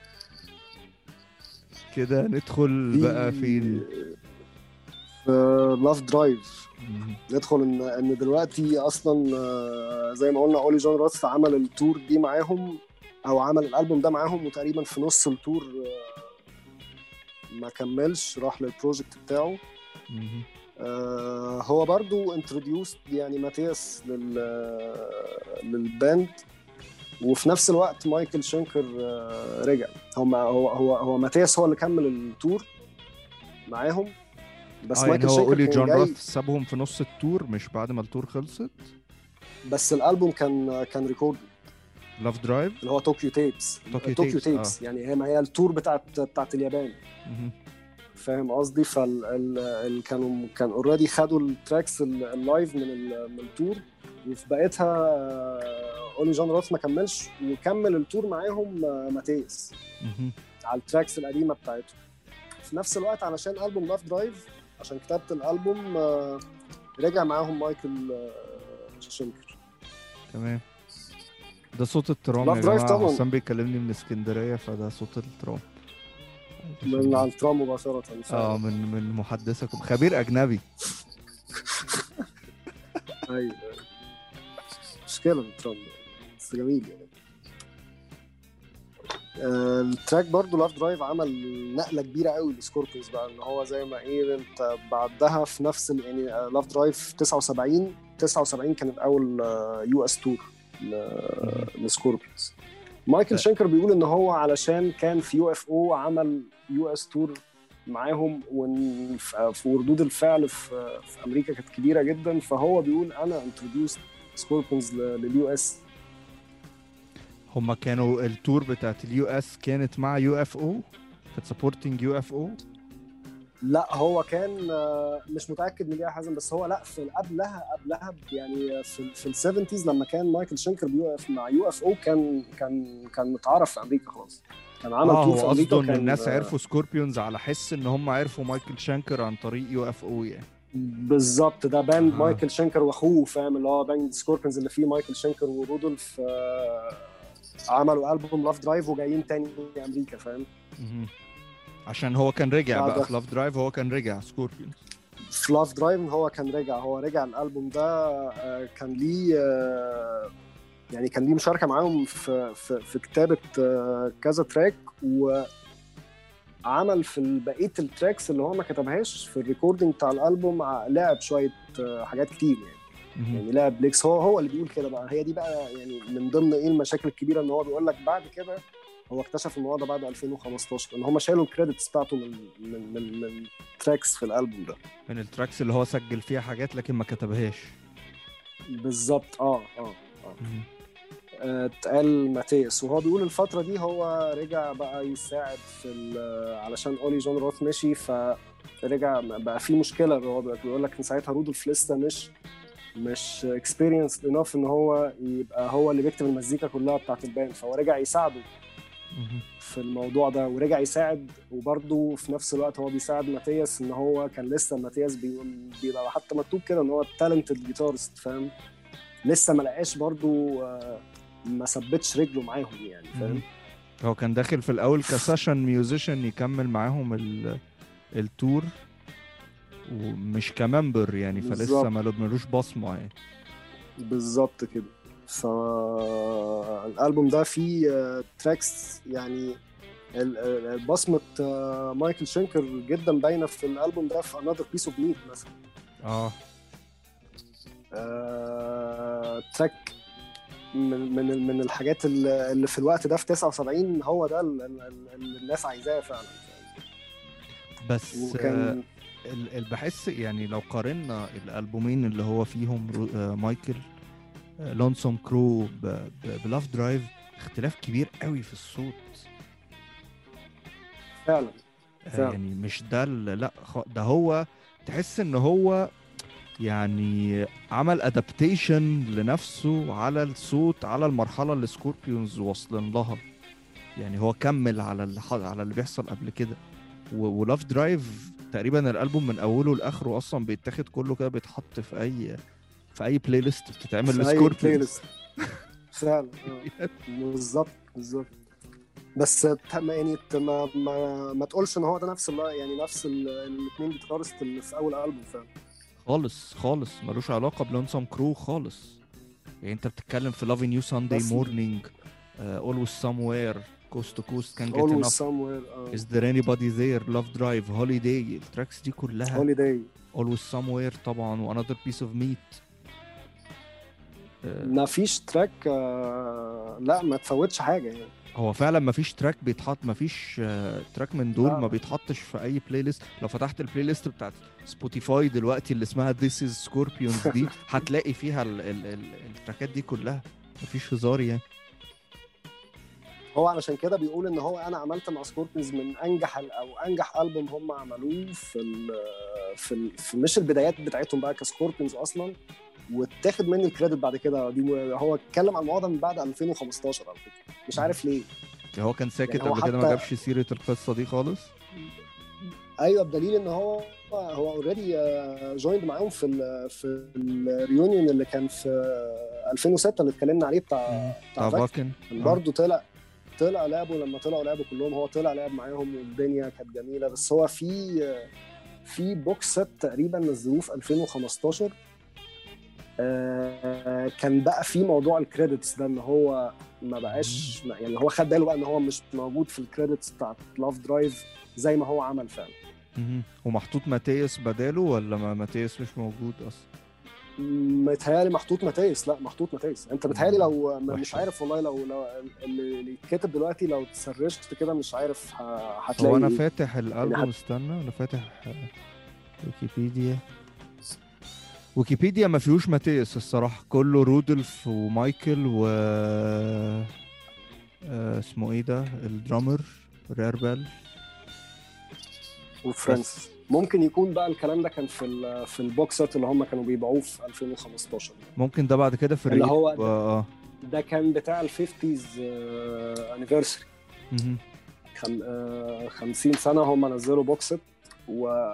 كده ندخل بقى فين؟ في لاف درايف. مهم. ندخل ان ان دلوقتي اصلا آه، زي ما قلنا اولي جون روث عمل التور دي معاهم او عمل الالبوم ده معاهم، وتقريبا في نص التور آه، ما كملش، راح للبروجكت بتاعه. مهم. آه، هو برضو انتروديوس يعني ماتياس لل للباند، وفي نفس الوقت مايكل شنكر آه، رجع. هم هو هو هو ماتياس هو اللي كمل التور معاهم، بس اه يعني مايكل هو شنكر اولي كان جون جاي. روث سابهم في نص التور مش بعد ما التور خلصت. بس الالبوم كان كان ريكورد لاف درايف. اللي هو طوكيو تيبس. طوكيو طوكيو تيبس، تيبس يعني هي ما هي التور بتاعت بتاعت اليابان، مهم. فاهم قصدي. فال ال... ال... كانوا كان اوريدي خدوا التراكس ال- اللايف من ال... من التور، وفي بقيتها آه، اولي جون روث ما كملش وكمل التور معاهم آه، ماتياس مهم. على التراكس القديمه بتاعتهم. في نفس الوقت علشان البوم لاف درايف، عشان كتابه الالبوم آه، رجع معاهم مايكل آه، شنكر. تمام. ده صوت الترام لاف يا درايف جماعه. طبعاً. حسام بيكلمني من اسكندريه فده صوت الترام. من على الترام مباشره. اه من من محدثكم خبير اجنبي. ايوه مشكله الترام ده، بس جميل يعني. آه، التراك برضو لاف درايف عمل نقله كبيره قوي لسكوربيونز بقى، ان هو زي ما ايه انت بعدها في نفس ال- يعني لاف درايف تسعة وسبعين تسعة وسبعين كانت اول يو اس تور لسكوربيونز. مايكل شنكر بيقول ان هو علشان كان في يو اف او عمل يو اس تور معاهم، وان ف- في ردود الفعل في في امريكا كانت كبيره جدا، فهو بيقول انا انتروديوس سكوربيونز لليو اس. هما كانوا التور بتاعت اليو اس كانت مع يو اف او، كانت سبورتنج يو اف او. لا هو كان آه، مش متاكد من دي يا حازم، بس هو لا في قبلها قبلها يعني في في السبعينتيز لما كان مايكل شنكر بيو اف مع يو اف او كان كان كان متعرف في امريكا خلاص، كان عمل اه تور هو في امريكا. قصده ان وكان الناس آه، عرفوا سكوربيونز على حس ان هم عرفوا مايكل شانكر عن طريق يو اف او يعني. بالظبط ده باند آه. مايكل شنكر واخوه، فاهم اللي هو باند سكوربيونز اللي فيه مايكل شنكر ورودولف آه، عملوا البوم لاف درايف وجايين تاني امريكا، فاهم. مهم. عشان هو كان رجع بعد- بقى في لاف درايف، هو كان رجع سكوربيونز. في لاف درايف هو كان رجع هو رجع الالبوم ده آه، كان ليه آه، يعني كان ليه مشاركه معاهم في في, في كتابه آه، كذا تراك، وعمل في بقيه التراكس اللي هو ما كتبهاش في الريكوردينج بتاع الالبوم ع- لعب شويه آه، حاجات كتير يعني. مهم. يعني لعب ليكس، هو هو اللي بيقول كده بقى. هي دي بقى يعني من ضمن ايه المشاكل الكبيره، ان هو بيقول لك بعد كده هو اكتشف الموضوع ده بعد ألفين وخمستاشر ان هم شالوا الكريدتس بتاعته من من من, من تراكس في الالبوم ده. من التراكس اللي هو سجل فيها حاجات لكن ما كتبهاش. بالظبط اه اه اه مهم. آه، اتقال ماتياس. وهو بيقول الفترة دي هو رجع بقى يساعد في ال- علشان اولي جون روث مشي، فرجع بقى في مشكلة. هو بيقول لك ان ساعتها رودولف لسه مش مش experienced enough ان هو يبقى هو اللي بيكتب المزيكا كلها بتاعت الباند، فهو رجع يساعده مهم. في الموضوع ده، ورجع يساعد. وبرضه في نفس الوقت هو بيساعد ماتياس، ان هو كان لسه ماتياس بيقول بيبقى حتى مكتوب كده ان هو talented guitarist، فاهم. لسه ما لقاش برضه آه، ما ثبتش رجله معاهم يعني، فاهم. مهم. هو كان داخل في الاول كسيشن ميوزيشن يكمل معاهم ال- التور ومش كممبر يعني، بالظبط. فلسه ما ملوش بصمه يعني. بالظبط كده. فالالبوم ده فيه آه، تراكس يعني ال- ال- بصمه آه، مايكل شينكر جدا باينه في الالبوم ده، في Another Piece of Meat مثلا. اه آه، تراك من من من الحاجات اللي اللي في الوقت ده في تسعة وسبعين، هو ده ال- ال- ال- اللي الناس عايزاه فعلا. بس آه، وكان ال- ال- بحس يعني لو قارنا الالبومين اللي هو فيهم رو- آه، مايكل لونسوم كرو بلاف درايف، اختلاف كبير قوي في الصوت. فعلا آه، فعلا. يعني مش ده ال- لا خ- ده هو تحس ان هو يعني عمل ادابتيشن لنفسه على الصوت، على المرحله اللي سكوربيونز واصلين لها. يعني هو كمل على اللي ح- على اللي بيحصل قبل كده. ولاف درايف تقريبا الالبوم من اوله لاخره اصلا بيتاخد كله كده، بيتحط في اي في اي بلاي ليست بتتعمل في أي لسكوربيونز. بلاي ليست. فعلا آه. بالظبط بالظبط. بس ت- ما- يعني ت- ما ما, ما تقولش ان هو ده نفس ال- يعني نفس الاثنين جيتارست اللي في اول البوم فعلا. خالص خالص ملوش علاقه بلونسوم كرو خالص. يعني انت بتتكلم في لافين يو سانداي بس- مورنينج، اولويز سموير، كوست تو كوست، كان جيت Always انف، somewhere. Is there anybody there, Love Drive, Holiday. التراكس دي كلها هوليداي. Always Somewhere طبعا، و Another Piece of Meat. آه، ما فيش تراك آه، لا ما تفوتش حاجه يعني. هو فعلا ما فيش تراك بيتحط، ما فيش آه، تراك من دول لا. ما بيتحطش في اي بلاي ليست. لو فتحت البلاي ليست بتاعت سبوتيفاي دلوقتي اللي اسمها This is Scorpions دي هتلاقي فيها ال ال ال التراكات دي كلها، مفيش هزار يعني. هو علشان كده بيقول ان هو انا عملت مع سكوربيونز من انجح ال- او انجح البوم هم عملوه في ال في, ال في مش البدايات بتاعتهم بقى كسكوربيونز اصلا، واتاخد مني الكريدت بعد كده. دي م- هو اتكلم عن الموضوع ده من بعد ألفين وخمستاشر على فكره، مش عارف ليه. هو كان ساكت يعني هو قبل كده، ما حتى- جابش سيرة القصة دي خالص. ايوه، بدليل ان هو هو اوريدي جويند معاهم في ال في الريونيون اللي كان في ألفين وستة اللي اتكلمنا عليه بتاع بتاع بتاع فاكن. برضه طلع طلع لعبوا لما طلعوا لعبوا كلهم، هو طلع لعب معاهم والدنيا كانت جميله. بس هو في في بوكس سيت تقريبا نزلوه في ألفين وخمستاشر، آه، كان بقى في موضوع الكريدتس ده ان هو ما بقاش يعني هو خد باله بقى ان هو مش موجود في الكريدتس بتاعت لاف درايف زي ما هو عمل فعلا. مهم. ومحطوط ماتياس بداله ولا ما ماتياس مش موجود اصلا؟ متهيألي محطوط ماتياس. لا محطوط ماتيس. انت متهيألي لو م- مش وحشة. عارف والله، لو لو اللي اللي يتكتب دلوقتي لو تسرشت كده مش عارف ه- هتلاقي هو انا إيه. فاتح الالبوم، حت- استنى انا فاتح آه، ويكيبيديا. ويكيبيديا ما فيهوش ماتياس الصراحه، كله رودولف ومايكل و آه، اسمه ايه ده الدرامر ريربل. وفرانسيس. ممكن يكون بقى الكلام ده كان في ال في البوكسات اللي هم كانوا بيبيعوه في ألفين وخمستاشر. ممكن ده بعد كده في اللي الريل هو اه ده كان بتاع ال خمسين انيفرساري، مهم. خم... آه، خمسين سنة هم نزلوا بوكست و...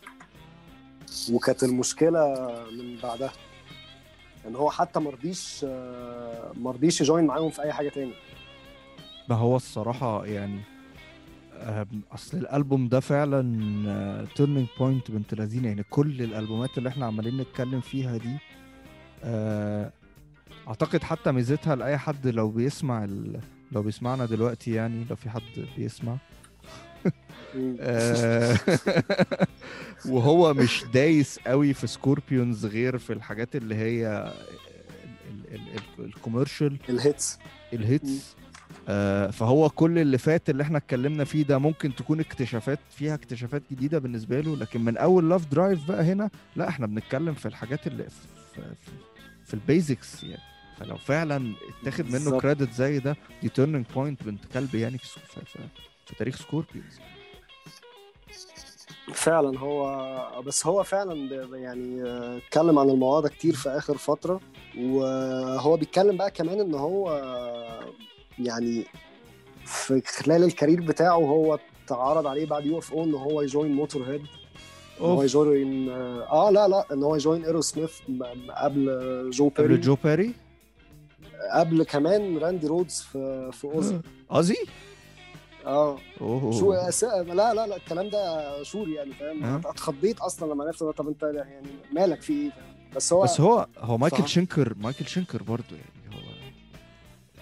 وكانت المشكلة من بعدها ان هو حتى مرضيش آه، مرضيش يجوين معاهم في اي حاجة تاني. ما هو الصراحه يعني آه، اصل الالبوم ده فعلا تيرنينج بوينت بنت لذينه. يعني كل الالبومات اللي احنا عمالين نتكلم فيها دي آه، اعتقد حتى ميزتها لاي حد لو بيسمع ال... لو بيسمعنا دلوقتي، يعني لو في حد بيسمع مم. آه، وهو مش دايس قوي في سكوربيونز غير في الحاجات اللي هي الكوميرشال الهيتس. الهيتس. آه، فهو كل اللي فات اللي احنا اتكلمنا فيه ده ممكن تكون اكتشافات فيها اكتشافات جديدة بالنسبة له، لكن من اول لاف درايف بقى هنا لا احنا بنتكلم في الحاجات اللي في, في, في البيزكس يعني. فلو فعلا اتاخد منه بالظبط. كريدت زي ده، دي تيرنينج بوينت بنت كلب يعني في, في, في, في تاريخ سكوربيونز. فعلا هو بس هو فعلا ب- يعني آه، اتكلم عن الموضوع ده كتير في اخر فترة. وهو بيتكلم بقى كمان ان هو آه، يعني في خلال الكارير بتاعه هو اتعرض عليه بعد يو اف او ان هو يجوين موتور هيد، ان هو يجوين اه لا لا ان هو يجوين ايرو سميث م- قبل جو بيري، قبل جو بيري، قبل كمان راندي رودز في في اوزي. ازي اه اوه شو أس... لا لا لا الكلام ده شور يعني فاهم. آه. اتخضيت اصلا لما عرفت. طب انت يعني مالك في ايه فاهم؟ بس هو بس هو هو مايكل صح. شينكر مايكل شينكر برضو يعني هو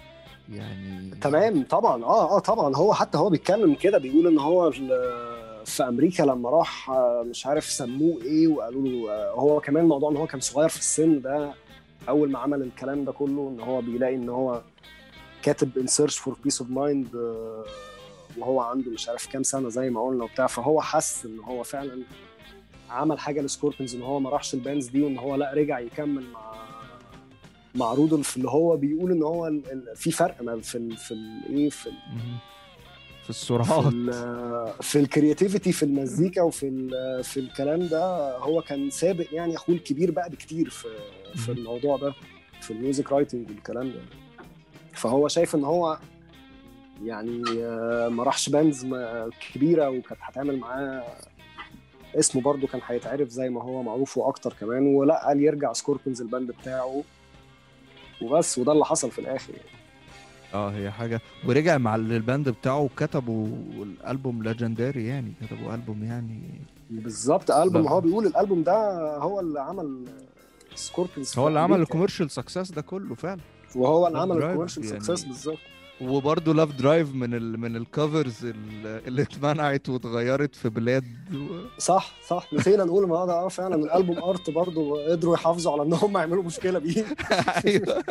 يعني تمام طبعا. اه اه طبعا هو حتى هو بيتكلم كده، بيقول ان هو ال- في امريكا لما راح آه، مش عارف سموه ايه وقالوا له آه، هو كمان موضوع ان هو كان صغير في السن ده اول ما عمل الكلام ده كله، ان هو بيلاقي ان هو كاتب in search for peace of mind آه، وهو عنده مش عارف كام سنه زي ما قلنا وبتاع، فهو حس ان هو فعلا عمل حاجه لسكوربينز، ان هو ما راحش الباندز دي، وان هو لا رجع يكمل مع مع رودولف، اللي هو بيقول ان هو ال- ال- في فرق ما في ال في الايه في ال مهم. في في السرعات. ال في الكرياتيفيتي في المزيكا وفي ال- في الكلام ده. هو كان سابق يعني اخوه الكبير بقى بكتير في في مهم. الموضوع ده، في الميوزك رايتنج والكلام ده. فهو شايف ان هو يعني آه، ما راحش باندز ما- كبيره وكانت هتعمل معاه اسمه برضو كان هيتعرف زي ما هو معروف واكتر كمان، ولا قال يرجع سكوربينز الباند بتاعه وبس. وده اللي حصل في الاخر يعني. اه هي حاجة، ورجع مع الباند بتاعه وكتبوا الالبوم ليجندري، يعني كتبوا البوم يعني. بالظبط البوم. لا. هو بيقول الالبوم ده هو اللي عمل سكوربينز هو في اللي عمل أمريكا. الكوميرشال سكسس ده كله فعلا. وهو اللي Love عمل Drive الكوميرشال يعني. سكسس بالظبط. وبرضه لاف درايف من ال من الكفرز اللي اتمنعت واتغيرت في بلاد و... صح صح نسينا نقول ما ده اه فعلا الالبوم ارت برضو قدروا يحافظوا على ان هم يعملوا مشكله بيه. ايوه.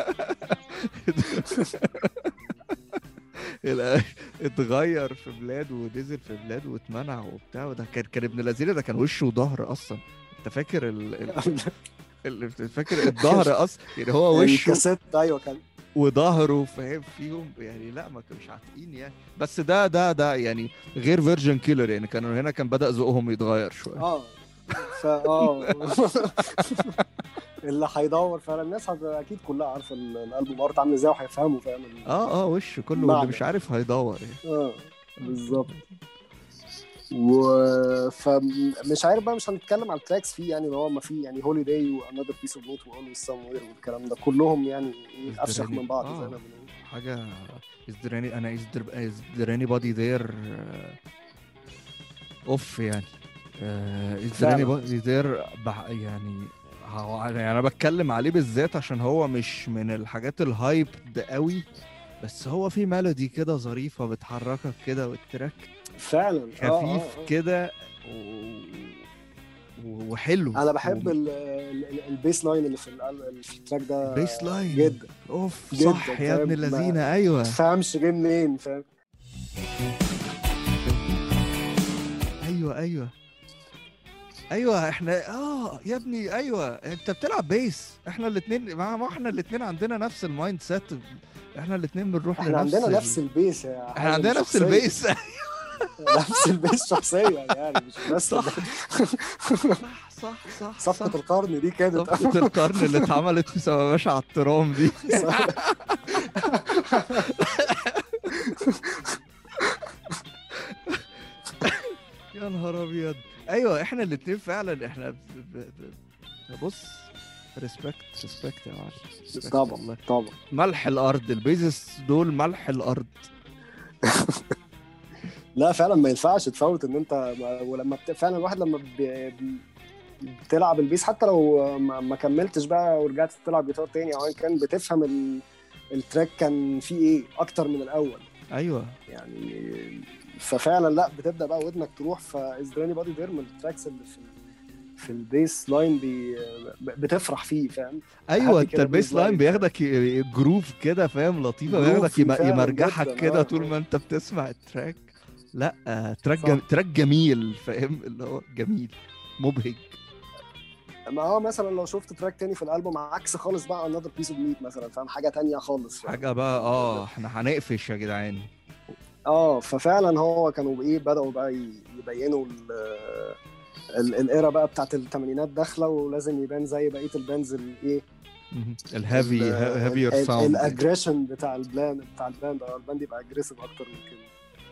ال- اتغير في بلاد ونزل في بلاد واتمنع وبتاع، وده كان كان ابن الذين ده كان وشه وظهر اصلا. انت فاكر ال... ال... ال... فاكر الظهر اصلا يعني هو وشه الكاسيت ايوه كان وظهره فاهم فيهم يعني، لا ما كانوش عاتقين يعني. بس ده ده ده يعني غير فيرجن كيلر يعني، كانوا هنا كان بدأ ذوقهم يتغير شويه. اه فا اه اللي هيدور فعلا الناس هت- اكيد كلها عارفه ال- الالبوم ارت عامل ازاي وهيفهموا فاهم ال- اه اه وش كله معنى. واللي مش عارف هيدور يعني. اه بالظبط. و فمش عارف بقى، مش هنتكلم على التراكس فيه يعني، هو ما فيه يعني هوليداي وانذر بيس اوف موت واولويز سموير والكلام ده كلهم يعني إيه، افشخ من بعض زي ما بنقول. حاجه ازدراني انا ازدراني بادي ذير اوف يعني. ازدراني بادي ذير يعني هو يعني انا بتكلم عليه بالذات عشان هو مش من الحاجات الهايب ده قوي، بس هو في ميلودي كده ظريفه بتحركك كده، والتراك فعلا خفيف آه، آه، آه. كده و... وحلو. انا بحب ال- ال- البيس لاين اللي في ال- اللي في التراك ده البيس لاين جدا اوف جدا، صح يا فاهم؟ ابن ما اللذينه. ايوه تفهمش جه منين فاهم. ايوه ايوه ايوه احنا اه يا ابني ايوه انت بتلعب بيس، احنا الاثنين ما ما احنا الاثنين عندنا نفس المايند سيت، احنا الاثنين بنروح احنا لنفس عندنا ال... نفس البيس يا احنا حازم عندنا نفس شخصياً. البيس. نفس البيس شخصيا يعني مش بس صح. ده. صح صح صح صفقة صح. القرن دي كانت صفقة القرن اللي اتعملت في سباباش على الترام دي. يا نهار ابيض. ايوه احنا الاثنين فعلا احنا ب... ب... ب... بص ريسبكت ريسبكت يا معلم. respect طبعا والله. طبعا. ملح الارض البيزس دول ملح الارض. لا فعلا ما ينفعش تفوت ان انت ولما بت... فعلا الواحد لما ب... ب- بتلعب البيس حتى لو ما, ما كملتش بقى ورجعت تلعب جيتار تاني او ايا كان، بتفهم ال... التراك كان فيه ايه اكتر من الاول ايوه يعني. ففعلا لا بتبدا بقى ودنك تروح. فازدراني بادي دير من التراكس اللي في في البيس لاين بي بتفرح فيه فاهم. ايوه happy انت كده البيس bass لاين line. بياخدك ي- جروف كده فاهم لطيفه، groove بياخدك يم- فعلاً يمرجحك جداً، كده آه. طول ما انت بتسمع التراك. لا آه، تراك صح. جم... تراك جميل فاهم اللي هو جميل مبهج. ما هو مثلا لو شفت تراك تاني في الالبوم عكس خالص بقى another piece of meat مثلا فاهم، حاجه تانية خالص فاهم؟ حاجه بقى اه احنا هنقفش يا جدعان. اه ففعلا هو كانوا ايه بداوا بقى ي- يبينوا ال ال- الايرا بقى بتاعت الثمانينات داخله، ولازم يبان زي بقيه البانز الايه مهم. الهيفي هيفير ساوند. الاجريشن بتاع البلاند بتاع الباند اه الباند يبقى اجريسيف اكتر من كده.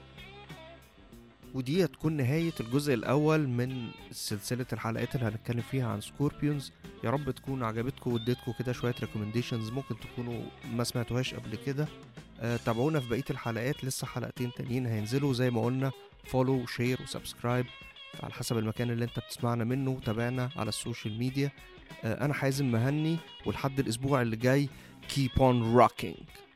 ودي هتكون نهاية الجزء الأول من سلسلة الحلقات اللي هنتكلم فيها عن سكوربيونز. يا رب تكون عجبتكم واديتكم كده شوية ريكومنديشنز ممكن تكونوا ما سمعتوهاش قبل كده. أه تابعونا في بقية الحلقات، لسه حلقتين تانيين هينزلوا زي ما قلنا. فولو وشير وسبسكرايب على حسب المكان اللي انت بتسمعنا منه. تابعنا على السوشيال ميديا. أه أنا حازم مهني، ولحد الأسبوع اللي جاي keep on rocking.